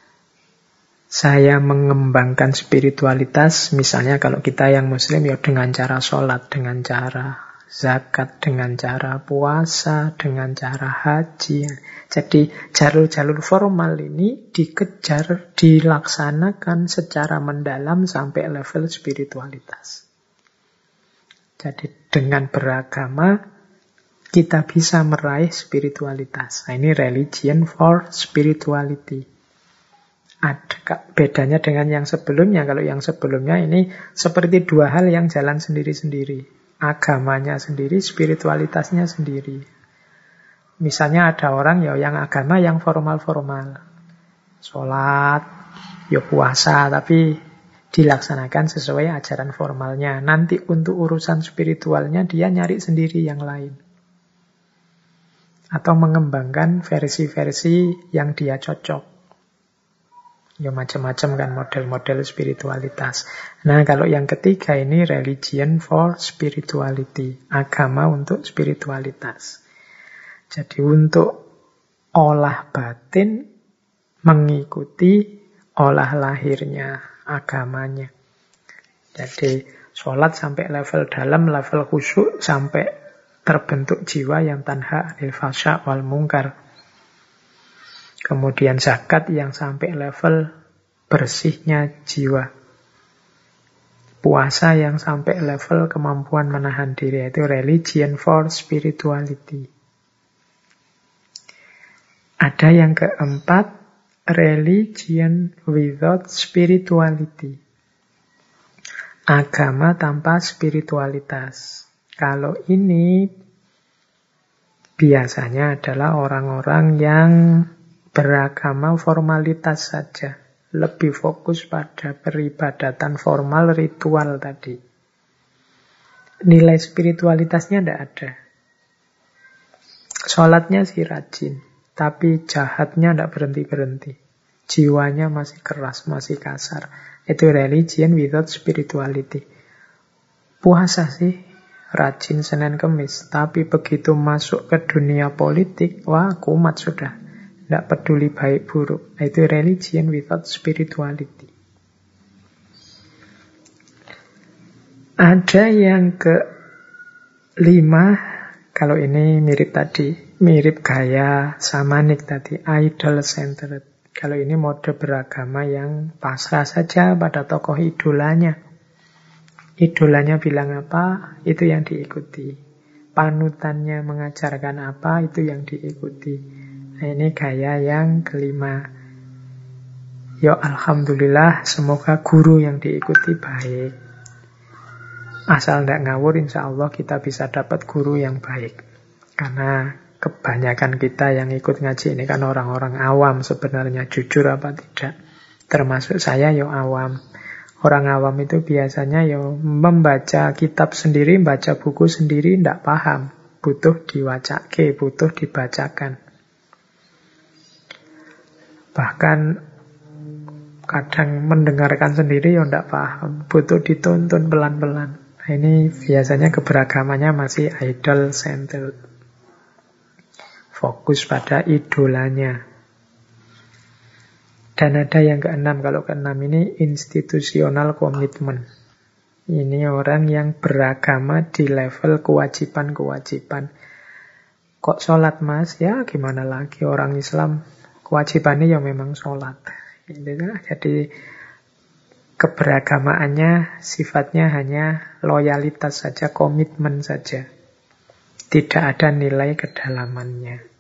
saya mengembangkan spiritualitas, misalnya kalau kita yang muslim ya dengan cara sholat, dengan cara zakat, dengan cara puasa, dengan cara haji. Jadi jalur-jalur formal ini dikejar, dilaksanakan secara mendalam sampai level spiritualitas. Jadi dengan beragama kita bisa meraih spiritualitas. Nah, ini religion for spirituality. Ada bedanya dengan yang sebelumnya. Kalau yang sebelumnya ini seperti dua hal yang jalan sendiri-sendiri. Agamanya sendiri, spiritualitasnya sendiri. Misalnya ada orang ya yang agama yang formal-formal. Sholat, ya puasa, tapi dilaksanakan sesuai ajaran formalnya. Nanti untuk urusan spiritualnya dia nyari sendiri yang lain. Atau mengembangkan versi-versi yang dia cocok. Ya macam-macam kan model-model spiritualitas. Nah kalau yang ketiga ini religion for spirituality. Agama untuk spiritualitas. Jadi untuk olah batin mengikuti olah lahirnya agamanya. Jadi sholat sampai level dalam, level khusyuk, sampai terbentuk jiwa yang tanha anil fasya wal mungkar. Kemudian zakat yang sampai level bersihnya jiwa. Puasa yang sampai level kemampuan menahan diri, itu religion for spirituality. Ada yang keempat, religion without spirituality. Agama tanpa spiritualitas. Kalau ini biasanya adalah orang-orang yang beragama formalitas saja. Lebih fokus pada peribadatan formal ritual tadi. nilai spiritualitasnya tidak ada. Sholatnya sih rajin, tapi jahatnya tidak berhenti-berhenti. Jiwanya masih keras, masih kasar. Itu religion without spirituality. Puasa sih rajin Senin Kemis, tapi begitu masuk ke dunia politik, wah kumat sudah. Tidak peduli baik buruk. Itu religion without spirituality. Ada yang kelima, kalau ini mirip tadi, mirip gaya Samanik tadi, idol-centered. Kalau ini mode beragama yang pasrah saja pada tokoh idolanya. Idolanya bilang apa, itu yang diikuti. Panutannya mengajarkan apa, itu yang diikuti. Nah, ini gaya yang kelima. Ya alhamdulillah, semoga guru yang diikuti baik. Asal tidak ngawur, insya Allah kita bisa dapat guru yang baik. Karena kebanyakan kita yang ikut ngaji ini kan orang-orang awam sebenarnya, jujur apa tidak. Termasuk saya ya awam. Orang awam itu biasanya ya membaca kitab sendiri, baca buku sendiri, tidak paham. Butuh diwacake, butuh dibacakan. Bahkan kadang mendengarkan sendiri ya tidak paham. Butuh dituntun pelan-pelan. Nah, ini biasanya keberagamannya masih idol-centered. Fokus pada idolanya. Dan ada yang keenam. Kalau keenam ini institusional komitmen. Ini orang yang beragama di level kewajiban-kewajiban. Kok sholat mas? Ya gimana lagi, orang Islam kewajibannya ya memang sholat. Jadi keberagamaannya sifatnya hanya loyalitas saja, komitmen saja. Tidak ada nilai kedalamannya.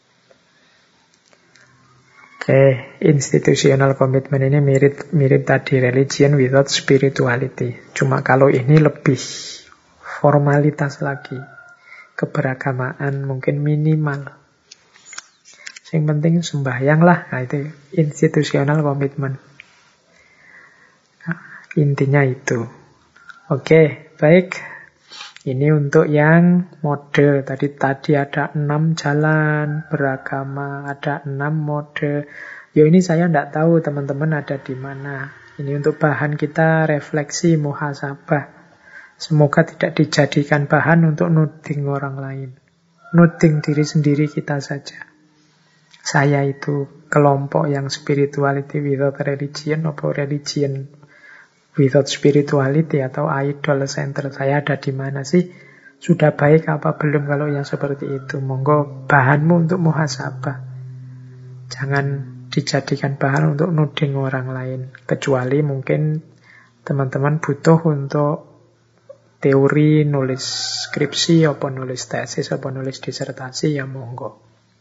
Oke, institutional commitment ini mirip mirip tadi religion without spirituality. Cuma kalau ini lebih formalitas lagi. Keberagamaan mungkin minimal. Yang penting sembahyang lah. Nah, itu institutional commitment. Nah, intinya itu. Oke, baik. Ini untuk yang mode. Tadi tadi ada enam jalan beragama, ada enam mode. Yo ini saya tidak tahu teman-teman ada di mana. Ini untuk bahan kita refleksi muhasabah. Semoga tidak dijadikan bahan untuk nuding orang lain. Nuding diri sendiri kita saja. Saya itu kelompok yang spirituality without religion atau religion without spirituality atau idol center. Saya ada di mana sih? Sudah baik apa belum kalau yang seperti itu? Monggo bahanmu untuk muhasabah. Jangan dijadikan bahan untuk nuding orang lain. Kecuali mungkin teman-teman butuh untuk teori, nulis skripsi, apa nulis tesis, apa nulis disertasi, ya monggo.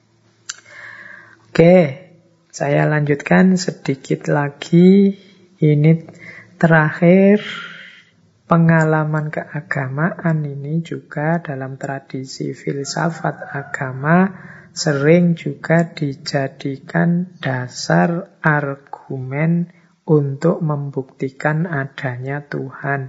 Oke, saya lanjutkan sedikit lagi. Ini terakhir, pengalaman keagamaan ini juga dalam tradisi filsafat agama sering juga dijadikan dasar argumen untuk membuktikan adanya Tuhan.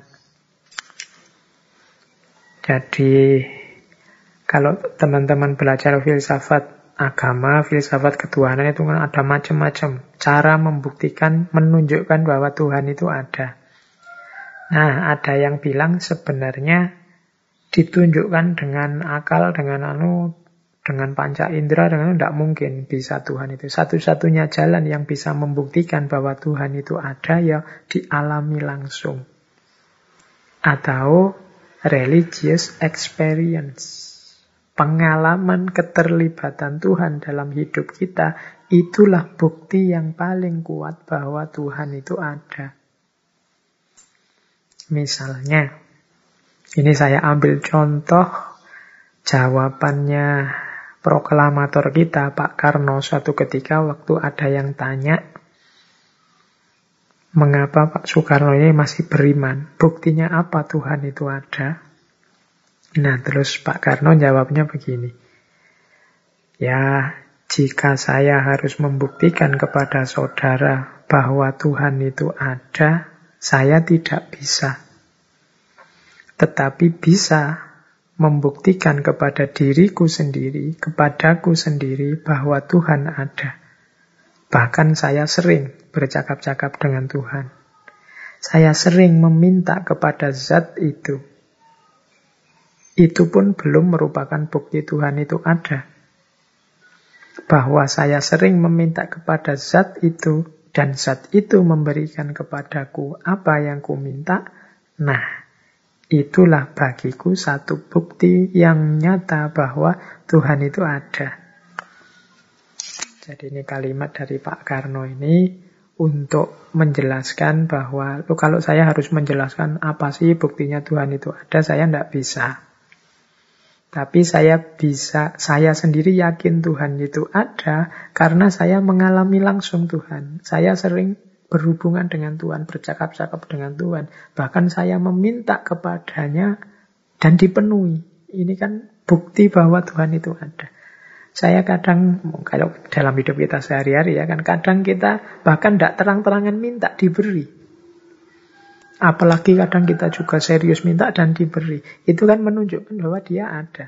Jadi, kalau teman-teman belajar filsafat agama, filsafat ketuhanan itu kan ada macam-macam cara membuktikan, menunjukkan bahwa Tuhan itu ada. Nah, ada yang bilang sebenarnya ditunjukkan dengan akal, dengan anu, dengan panca indera, dengan tidak mungkin bisa Tuhan itu. Satu-satunya jalan yang bisa membuktikan bahwa Tuhan itu ada ya dialami langsung. Atau religious experience. Pengalaman keterlibatan Tuhan dalam hidup kita, itulah bukti yang paling kuat bahwa Tuhan itu ada. Misalnya, ini saya ambil contoh jawabannya proklamator kita, Pak Karno, suatu ketika waktu ada yang tanya, mengapa Pak Soekarno ini masih beriman? Buktinya apa Tuhan itu ada? Nah, terus Pak Karno jawabnya begini. Ya, jika saya harus membuktikan kepada saudara bahwa Tuhan itu ada, saya tidak bisa. tetapi bisa membuktikan kepada diriku sendiri, kepadaku sendiri bahwa Tuhan ada. Bahkan saya sering bercakap-cakap dengan Tuhan. Saya sering meminta kepada zat itu. Itu pun belum merupakan bukti Tuhan itu ada. Bahwa saya sering meminta kepada zat itu, dan zat itu memberikan kepadaku apa yang ku minta. Nah, itulah bagiku satu bukti yang nyata bahwa Tuhan itu ada. Jadi ini kalimat dari Pak Karno ini untuk menjelaskan bahwa loh, kalau saya harus menjelaskan apa sih buktinya Tuhan itu ada, saya tidak bisa. Tapi saya bisa, saya sendiri yakin Tuhan itu ada karena saya mengalami langsung Tuhan. Saya sering berhubungan dengan Tuhan, bercakap-cakap dengan Tuhan. Bahkan saya meminta kepadanya dan dipenuhi. Ini kan bukti bahwa Tuhan itu ada. Saya kadang, kalau dalam hidup kita sehari-hari ya kan, kadang kita bahkan tidak terang-terangan minta, diberi. Apalagi kadang kita juga serius minta dan diberi. Itu kan menunjukkan bahwa dia ada.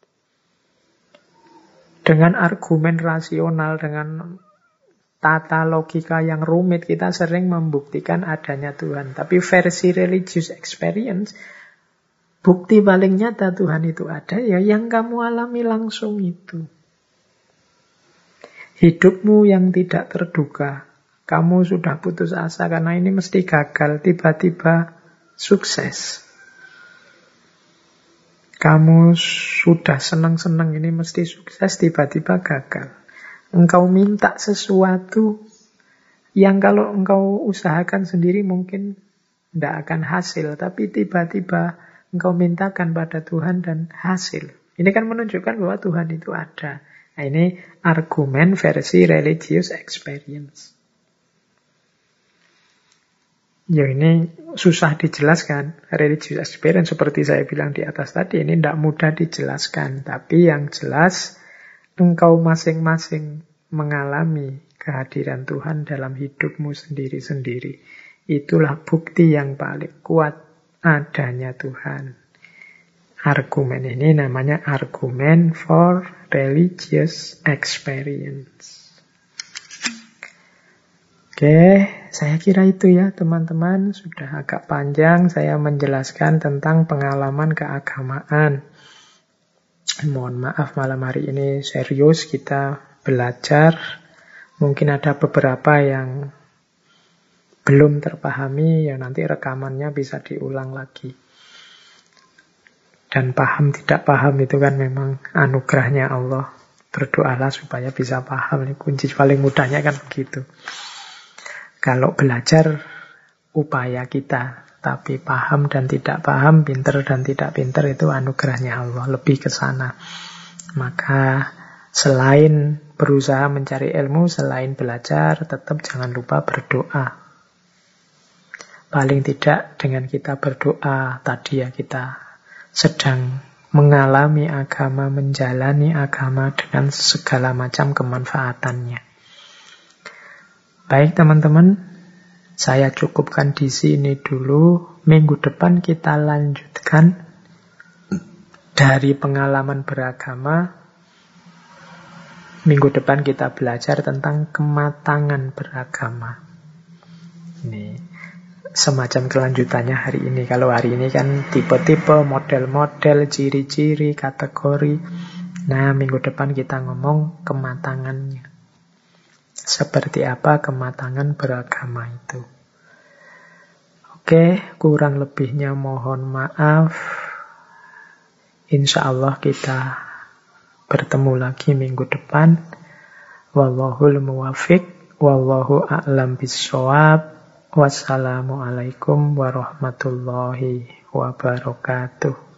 Dengan argumen rasional, dengan tata logika yang rumit, kita sering membuktikan adanya Tuhan. Tapi versi religious experience, bukti paling nyata Tuhan itu ada, ya yang kamu alami langsung itu. Hidupmu yang tidak terduga, kamu sudah putus asa karena ini mesti gagal, tiba-tiba sukses. Kamu sudah senang-senang ini mesti sukses, tiba-tiba gagal. Engkau minta sesuatu yang kalau engkau usahakan sendiri mungkin tidak akan hasil, tapi tiba-tiba engkau mintakan pada Tuhan dan hasil. Ini kan menunjukkan bahwa Tuhan itu ada. Nah, ini argumen versi religious experience. Ya ini susah dijelaskan. Religious experience seperti saya bilang di atas tadi, ini tidak mudah dijelaskan. Tapi yang jelas, engkau masing-masing mengalami kehadiran Tuhan dalam hidupmu sendiri-sendiri. Itulah bukti yang paling kuat adanya Tuhan. Argumen ini namanya argumen for religious experience. Oke, saya kira itu ya teman-teman. Sudah agak panjang saya menjelaskan tentang pengalaman keagamaan. Mohon maaf malam hari ini serius kita belajar. Mungkin ada beberapa yang belum terpahami, ya nanti rekamannya bisa diulang lagi. Dan paham tidak paham itu kan memang anugerahnya Allah. Berdoalah supaya bisa paham. Ini kunci paling mudahnya kan begitu. Kalau belajar, upaya kita. Tapi paham dan tidak paham, pinter dan tidak pinter, itu anugerahnya Allah. Lebih ke sana. Maka selain berusaha mencari ilmu, selain belajar, tetap jangan lupa berdoa. Paling tidak dengan kita berdoa, tadi ya kita sedang mengalami agama, menjalani agama dengan segala macam kemanfaatannya. Baik teman-teman, saya cukupkan di sini dulu. Minggu depan kita lanjutkan dari pengalaman beragama. Minggu depan kita belajar tentang kematangan beragama. Ini semacam kelanjutannya hari ini. Kalau hari ini kan tipe-tipe, model-model, ciri-ciri, kategori. Nah, minggu depan kita ngomong kematangannya. Seperti apa kematangan beragama itu. Oke, kurang lebihnya mohon maaf. Insya Allah kita bertemu lagi minggu depan. Wallahul muwafiq, wallahu a'lam bissawab. Wassalamualaikum warahmatullahi wabarakatuh.